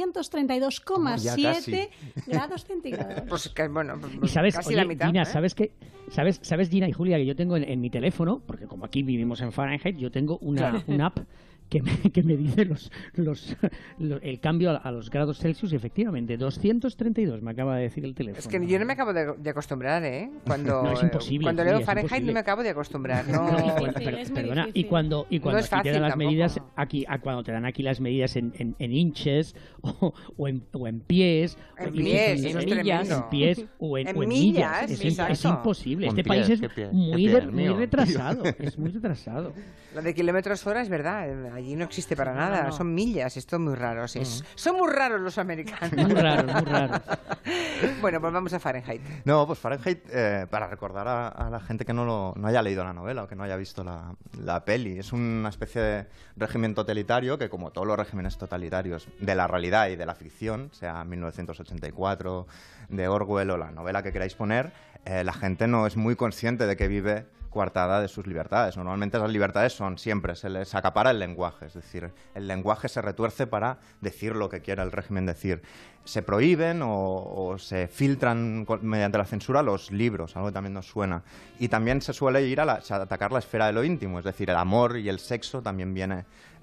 232,7 grados centígrados. Pues bueno, y sabes, casi oye, la mitad. Gina, ¿sabes Gina y Julia, que yo tengo en mi teléfono, porque como aquí vivimos en Fahrenheit, yo tengo una app que me dice el cambio a los grados Celsius, y efectivamente 232 me acaba de decir el teléfono. Es que yo no me acabo de acostumbrar, ¿eh? No, es imposible. Cuando leo Fahrenheit no me acabo de acostumbrar. No. Perdona, y cuando no es fácil, te dan las tampoco. medidas cuando te dan aquí las medidas en inches o en pies, en pies, eso es tremendo. En pies o en millas. Es imposible. Este país es muy retrasado. Es muy retrasado. Lo de kilómetros hora es verdad. Allí no existe para nada. Son millas. Esto es muy raro. Son muy raros los americanos. Muy raros. Bueno, pues vamos a Fahrenheit. No, pues Fahrenheit, para recordar a la gente que no haya leído la novela o que no haya visto la peli, es una especie de régimen totalitario que, como todos los regímenes totalitarios de la realidad y de la ficción, sea 1984, de Orwell o la novela que queráis poner, la gente no es muy consciente de que vive coartada de sus libertades. Normalmente las libertades se les acapara el lenguaje, es decir, el lenguaje se retuerce para decir lo que quiera el régimen decir. Se prohíben o se filtran mediante la censura los libros, algo que también nos suena. Y también se suele ir a atacar la esfera de lo íntimo, es decir, el amor y el sexo también viene,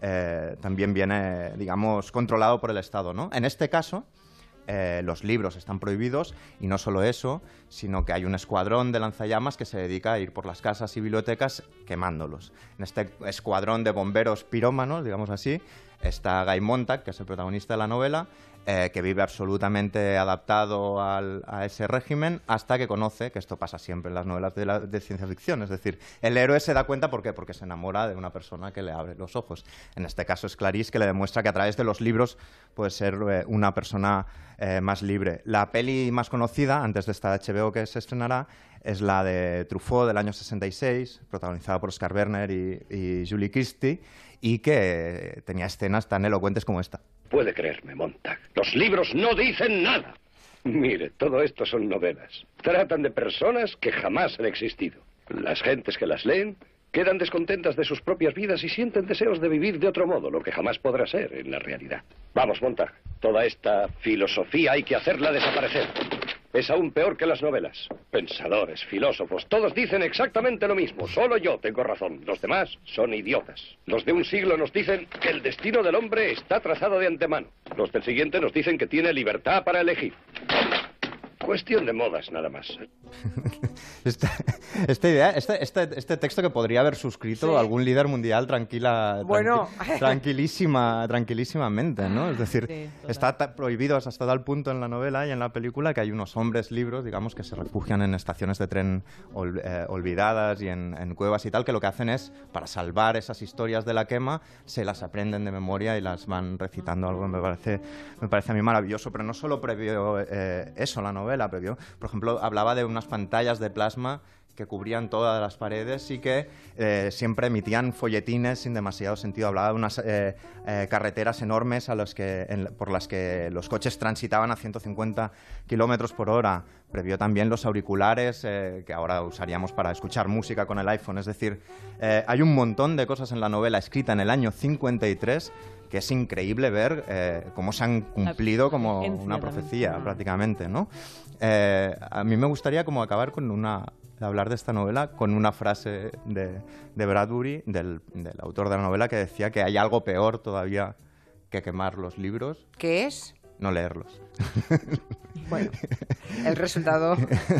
digamos, controlado por el Estado, ¿no? En este caso, los libros están prohibidos y no solo eso, sino que hay un escuadrón de lanzallamas que se dedica a ir por las casas y bibliotecas quemándolos. En este escuadrón de bomberos pirómanos, digamos así, está Guy Montag, que es el protagonista de la novela, que vive absolutamente adaptado a ese régimen hasta que conoce, que esto pasa siempre en las novelas de ciencia ficción, es decir, el héroe se da cuenta, ¿por qué? Porque se enamora de una persona que le abre los ojos. En este caso es Clarice, que le demuestra que a través de los libros puede ser una persona más libre. La peli más conocida, antes de esta HBO que se estrenará, es la de Truffaut del año 66, protagonizada por Oscar Werner y Julie Christie, y que tenía escenas tan elocuentes como esta. Puede creerme, Montag. Los libros no dicen nada. Mire, todo esto son novelas. Tratan de personas que jamás han existido. Las gentes que las leen quedan descontentas de sus propias vidas y sienten deseos de vivir de otro modo, lo que jamás podrá ser en la realidad. Vamos, Montag. Toda esta filosofía hay que hacerla desaparecer. Es aún peor que las novelas. Pensadores, filósofos, todos dicen exactamente lo mismo. Solo yo tengo razón. Los demás son idiotas. Los de un siglo nos dicen que el destino del hombre está trazado de antemano. Los del siguiente nos dicen que tiene libertad para elegir. Cuestión de modas, nada más. Esta idea, este texto que podría haber suscrito algún líder mundial tranquilísimamente, ¿no? Es decir, está prohibido hasta tal punto en la novela y en la película que hay unos hombres libros, digamos, que se refugian en estaciones de tren olvidadas y en cuevas y tal, que lo que hacen es, para salvar esas historias de la quema, se las aprenden de memoria y las van recitando. Algo me parece a mí maravilloso, pero no solo previó eso, la novela. Previo. Por ejemplo, hablaba de unas pantallas de plasma que cubrían todas las paredes y que siempre emitían folletines sin demasiado sentido. Hablaba de unas carreteras enormes por las que los coches transitaban a 150 kilómetros por hora. Previó también los auriculares que ahora usaríamos para escuchar música con el iPhone. Es decir, hay un montón de cosas en la novela escrita en el año 53 que es increíble ver cómo se han cumplido como una profecía prácticamente, ¿no? A mí me gustaría como acabar con hablar de esta novela con una frase de Bradbury, del autor de la novela, que decía que hay algo peor todavía que quemar los libros. ¿Qué es? No leerlos. Bueno, el resultado...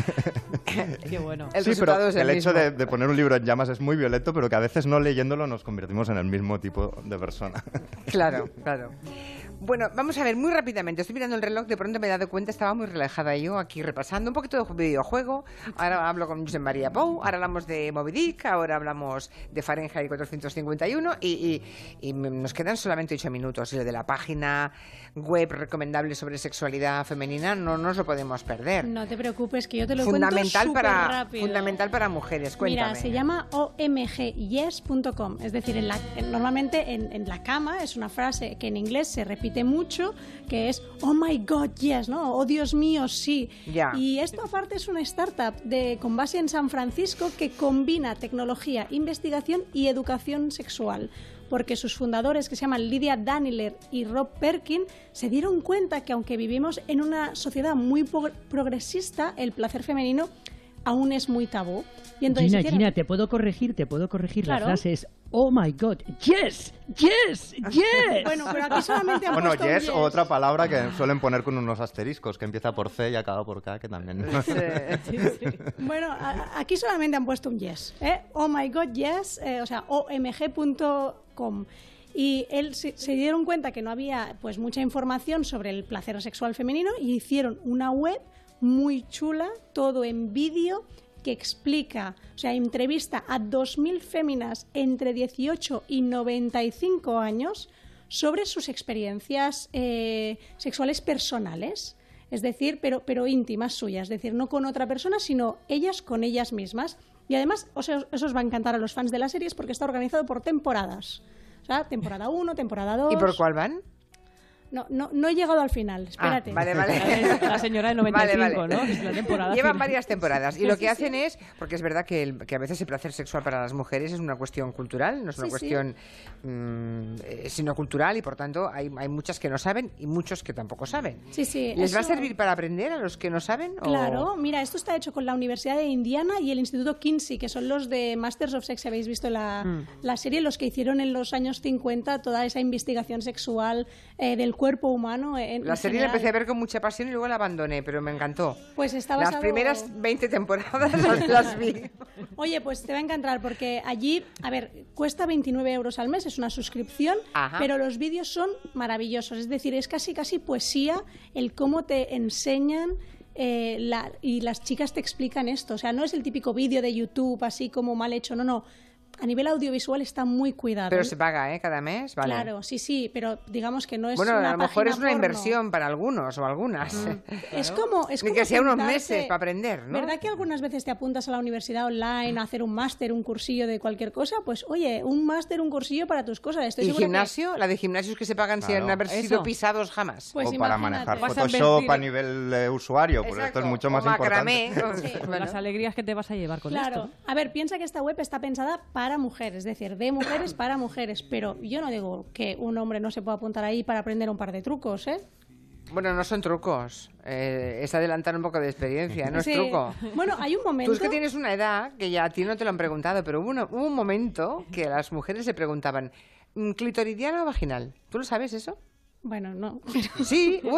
Qué bueno. El resultado es el hecho mismo. de poner un libro en llamas es muy violento, pero que a veces no leyéndolo nos convertimos en el mismo tipo de persona. Claro, claro. Bueno, vamos a ver, muy rápidamente. Estoy mirando el reloj, de pronto me he dado cuenta, estaba muy relajada yo aquí repasando un poquito de videojuego. Ahora hablo con Josep María Pou, ahora hablamos de Moby Dick, ahora hablamos de Fahrenheit 451 y nos quedan solamente 8 minutos. Y lo de la página web recomendable sobre sexualidad femenina no nos lo podemos perder. No te preocupes, que yo te lo cuento súper rápido. Fundamental para mujeres, cuéntame. Mira, se llama omgyes.com, es decir, normalmente en la cama es una frase que en inglés se repite mucho, que es oh my god, yes, ¿no? Oh Dios mío, sí. Ya. Y esto aparte es una startup con base en San Francisco que combina tecnología, investigación y educación sexual. Porque sus fundadores, que se llaman Lydia Daniler y Rob Perkin, se dieron cuenta que aunque vivimos en una sociedad muy progresista, el placer femenino aún es muy tabú. Y entonces Gina, te puedo corregir. Claro. La frase es oh my god, yes, yes, yes. Bueno, pero aquí solamente han puesto yes, yes. O otra palabra que suelen poner con unos asteriscos, que empieza por C y acaba por K, que también... Sí. Bueno, aquí solamente han puesto un yes, ¿eh? Oh my god, yes, o sea, omg.com. Y se dieron cuenta que no había pues mucha información sobre el placer sexual femenino y hicieron una web muy chula, todo en vídeo, que explica, o sea, entrevista a 2.000 féminas entre 18 y 95 años sobre sus experiencias sexuales personales, es decir, pero íntimas suyas, es decir, no con otra persona, sino ellas con ellas mismas. Y además, eso os va a encantar a los fans de las series porque está organizado por temporadas. O sea, temporada 1, temporada 2... ¿Y por cuál van? No he llegado al final, espérate. Vale. La señora de 95, vale. ¿no? Es la temporada Llevan final. varias temporadas. Y lo que hacen es, porque es verdad que a veces el placer sexual para las mujeres es una cuestión cultural, no es una cuestión sino cultural, y por tanto hay muchas que no saben y muchos que tampoco saben. Sí. ¿Les va a servir para aprender a los que no saben? Claro, mira, esto está hecho con la Universidad de Indiana y el Instituto Kinsey, que son los de Masters of Sex, si habéis visto la serie, los que hicieron en los años 50 toda esa investigación sexual del cuerpo humano. La serie la empecé a ver con mucha pasión y luego la abandoné, pero me encantó. Pues está basado... Las primeras 20 temporadas las vi. Oye, pues te va a encantar porque allí, a ver, cuesta 29 euros al mes, es una suscripción, pero los vídeos son maravillosos. Es decir, es casi poesía el cómo te enseñan y las chicas te explican esto. O sea, no es el típico vídeo de YouTube así como mal hecho, no. A nivel audiovisual está muy cuidado. Pero se paga, cada mes, vale. Claro, sí, pero digamos que no es una página. Bueno, a lo mejor es una porno. Inversión para algunos o algunas. Claro. Es como ni que sea unos meses para aprender, ¿no? ¿Verdad que algunas veces te apuntas a la universidad online a hacer un máster, un cursillo de cualquier cosa? Pues oye, un máster, un cursillo para tus cosas. Estoy ¿Y segura gimnasio? Que... La de gimnasios que se pagan sin haber sido pisados jamás. Pues o para manejar Photoshop a nivel usuario, pues esto es mucho más importante. Las alegrías que te vas a llevar con esto. Claro, a ver, piensa que esta web está pensada para mujeres, es decir, de mujeres para mujeres, pero yo no digo que un hombre no se pueda apuntar ahí para aprender un par de trucos, ¿eh? Bueno, no son trucos. Es adelantar un poco de experiencia, no es truco. Bueno, hay un momento... Tú es que tienes una edad que ya a ti no te lo han preguntado, pero hubo un momento que a las mujeres se preguntaban, ¿clitoridiana o vaginal? ¿Tú lo sabes eso? Bueno, no. Sí, hubo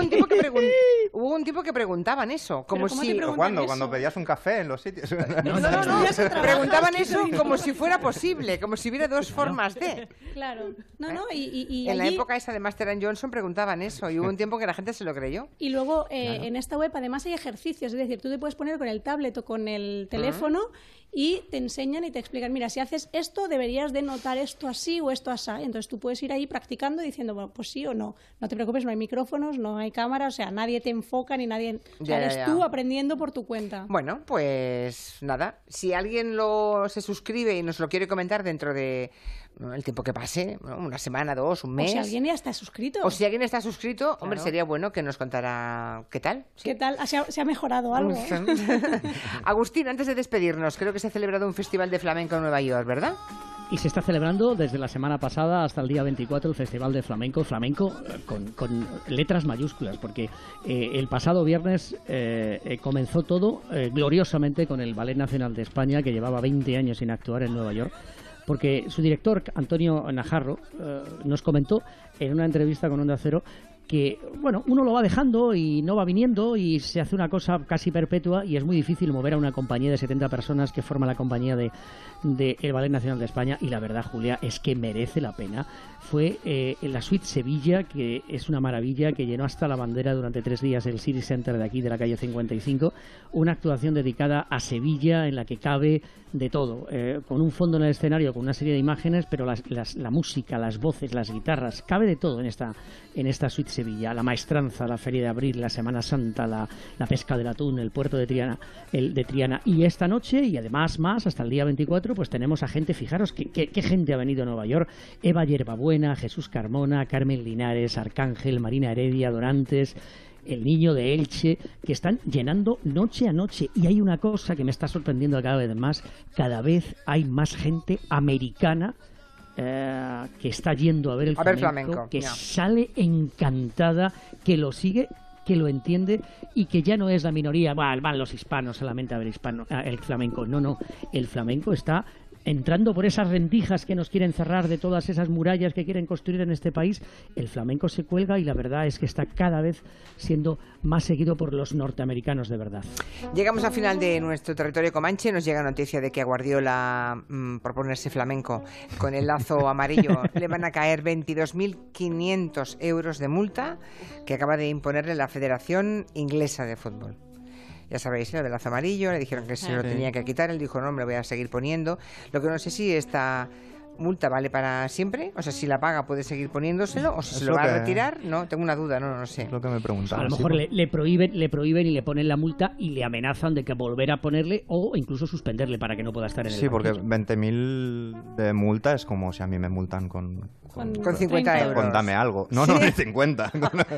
un tipo que preguntaban eso, como si... Cuando pedías un café en los sitios. No. Preguntaban eso como si fuera posible, como si hubiera dos formas de... Claro. Y en la allí... época esa de Master & Johnson preguntaban eso, y hubo un tiempo que la gente se lo creyó. Y luego, en esta web además hay ejercicios, es decir, tú te puedes poner con el tablet o con el teléfono y te enseñan y te explican, mira, si haces esto deberías de notar esto así o esto así. Entonces tú puedes ir ahí practicando diciendo, bueno, pues sí o no. No te preocupes, no hay micrófonos, no hay cámara, o sea, nadie te enfoca ni nadie... eres tú aprendiendo por tu cuenta. Bueno, pues nada, si alguien se suscribe y nos lo quiere comentar dentro de el tiempo que pase, ¿no? Una semana, 2, un mes... O si alguien ya está suscrito. Claro. Hombre, sería bueno que nos contara qué tal. ¿Sí? ¿Qué tal? ¿Se ha mejorado algo? Agustín, antes de despedirnos, creo que se ha celebrado un festival de flamenco en Nueva York, ¿verdad? Y se está celebrando desde la semana pasada hasta el día 24 el Festival de Flamenco con letras mayúsculas, porque el pasado viernes comenzó todo gloriosamente con el Ballet Nacional de España, que llevaba 20 años sin actuar en Nueva York, porque su director, Antonio Najarro, nos comentó en una entrevista con Onda Cero que, bueno, uno lo va dejando y no va viniendo y se hace una cosa casi perpetua y es muy difícil mover a una compañía de 70 personas que forma la compañía de el Ballet Nacional de España, y la verdad, Julia, es que merece la pena. Fue en la Suite Sevilla, que es una maravilla, que llenó hasta la bandera durante 3 días el City Center de aquí, de la calle 55, una actuación dedicada a Sevilla en la que cabe de todo, con un fondo en el escenario, con una serie de imágenes, pero la música, las voces, las guitarras, cabe de todo en esta Suite Sevilla. La maestranza, la Feria de Abril, la Semana Santa, la pesca del atún, el puerto de Triana, y esta noche, y además más, hasta el día 24, pues tenemos a gente, fijaros qué gente ha venido a Nueva York: Eva Yerbabuena, Jesús Carmona, Carmen Linares, Arcángel, Marina Heredia, Dorantes, el Niño de Elche, que están llenando noche a noche. Y hay una cosa que me está sorprendiendo cada vez más: cada vez hay más gente americana que está yendo a ver el flamenco, que sale encantada, que lo sigue, que lo entiende y que ya no es la minoría, van los hispanos solamente a ver el flamenco. No, el flamenco está entrando por esas rendijas que nos quieren cerrar, de todas esas murallas que quieren construir en este país. El flamenco se cuelga y la verdad es que está cada vez siendo más seguido por los norteamericanos de verdad. Llegamos al final de nuestro territorio comanche. Nos llega noticia de que a Guardiola, por ponerse flamenco con el lazo amarillo, le van a caer 22.500 euros de multa que acaba de imponerle la Federación Inglesa de Fútbol. Ya sabéis, el lazo amarillo, le dijeron que se lo tenía que quitar, él dijo, no, me lo voy a seguir poniendo. Lo que no sé si esta multa vale para siempre, o sea, si la paga puede seguir poniéndoselo, o si se lo va a retirar, no, tengo una duda, no sé. Es lo que me preguntaba. A lo mejor le prohíben y le ponen la multa y le amenazan de que volver a ponerle o incluso suspenderle para que no pueda estar en el banquillo. Porque 20.000 de multa es como si a mí me multan con 50 euros. Con dame algo. No, no, 50.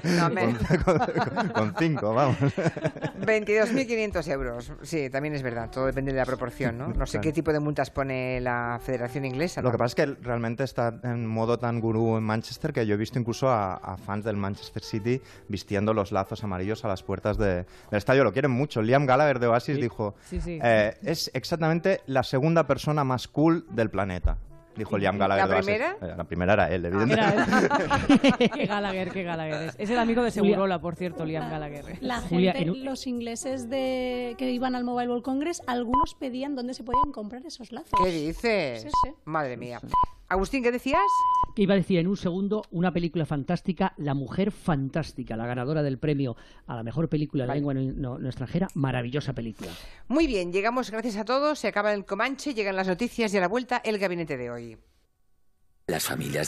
Con 5, vamos. 22.500 euros. Sí, también es verdad. Todo depende de la proporción, ¿no? No sé qué tipo de multas pone la Federación Inglesa, ¿no? Lo que pasa es que realmente está en modo tan gurú en Manchester que yo he visto incluso a fans del Manchester City vistiendo los lazos amarillos a las puertas del estadio. Lo quieren mucho. Liam Gallagher de Oasis dijo, es exactamente la segunda persona más cool del planeta. Dijo Liam Gallagher. ¿La primera? La primera era él, evidentemente. Qué Gallagher. Es el amigo de Segurola, por cierto, Liam Gallagher. La gente, los ingleses que iban al Mobile World Congress, algunos pedían dónde se podían comprar esos lazos. ¿Qué dices? Sí. Madre mía. Agustín, ¿qué decías? Que iba a decir en un segundo una película fantástica, La Mujer Fantástica, la ganadora del premio a la mejor película de lengua no extranjera. Maravillosa película. Muy bien, llegamos, gracias a todos, se acaba el Comanche, llegan las noticias y a la vuelta el gabinete de hoy. Las familias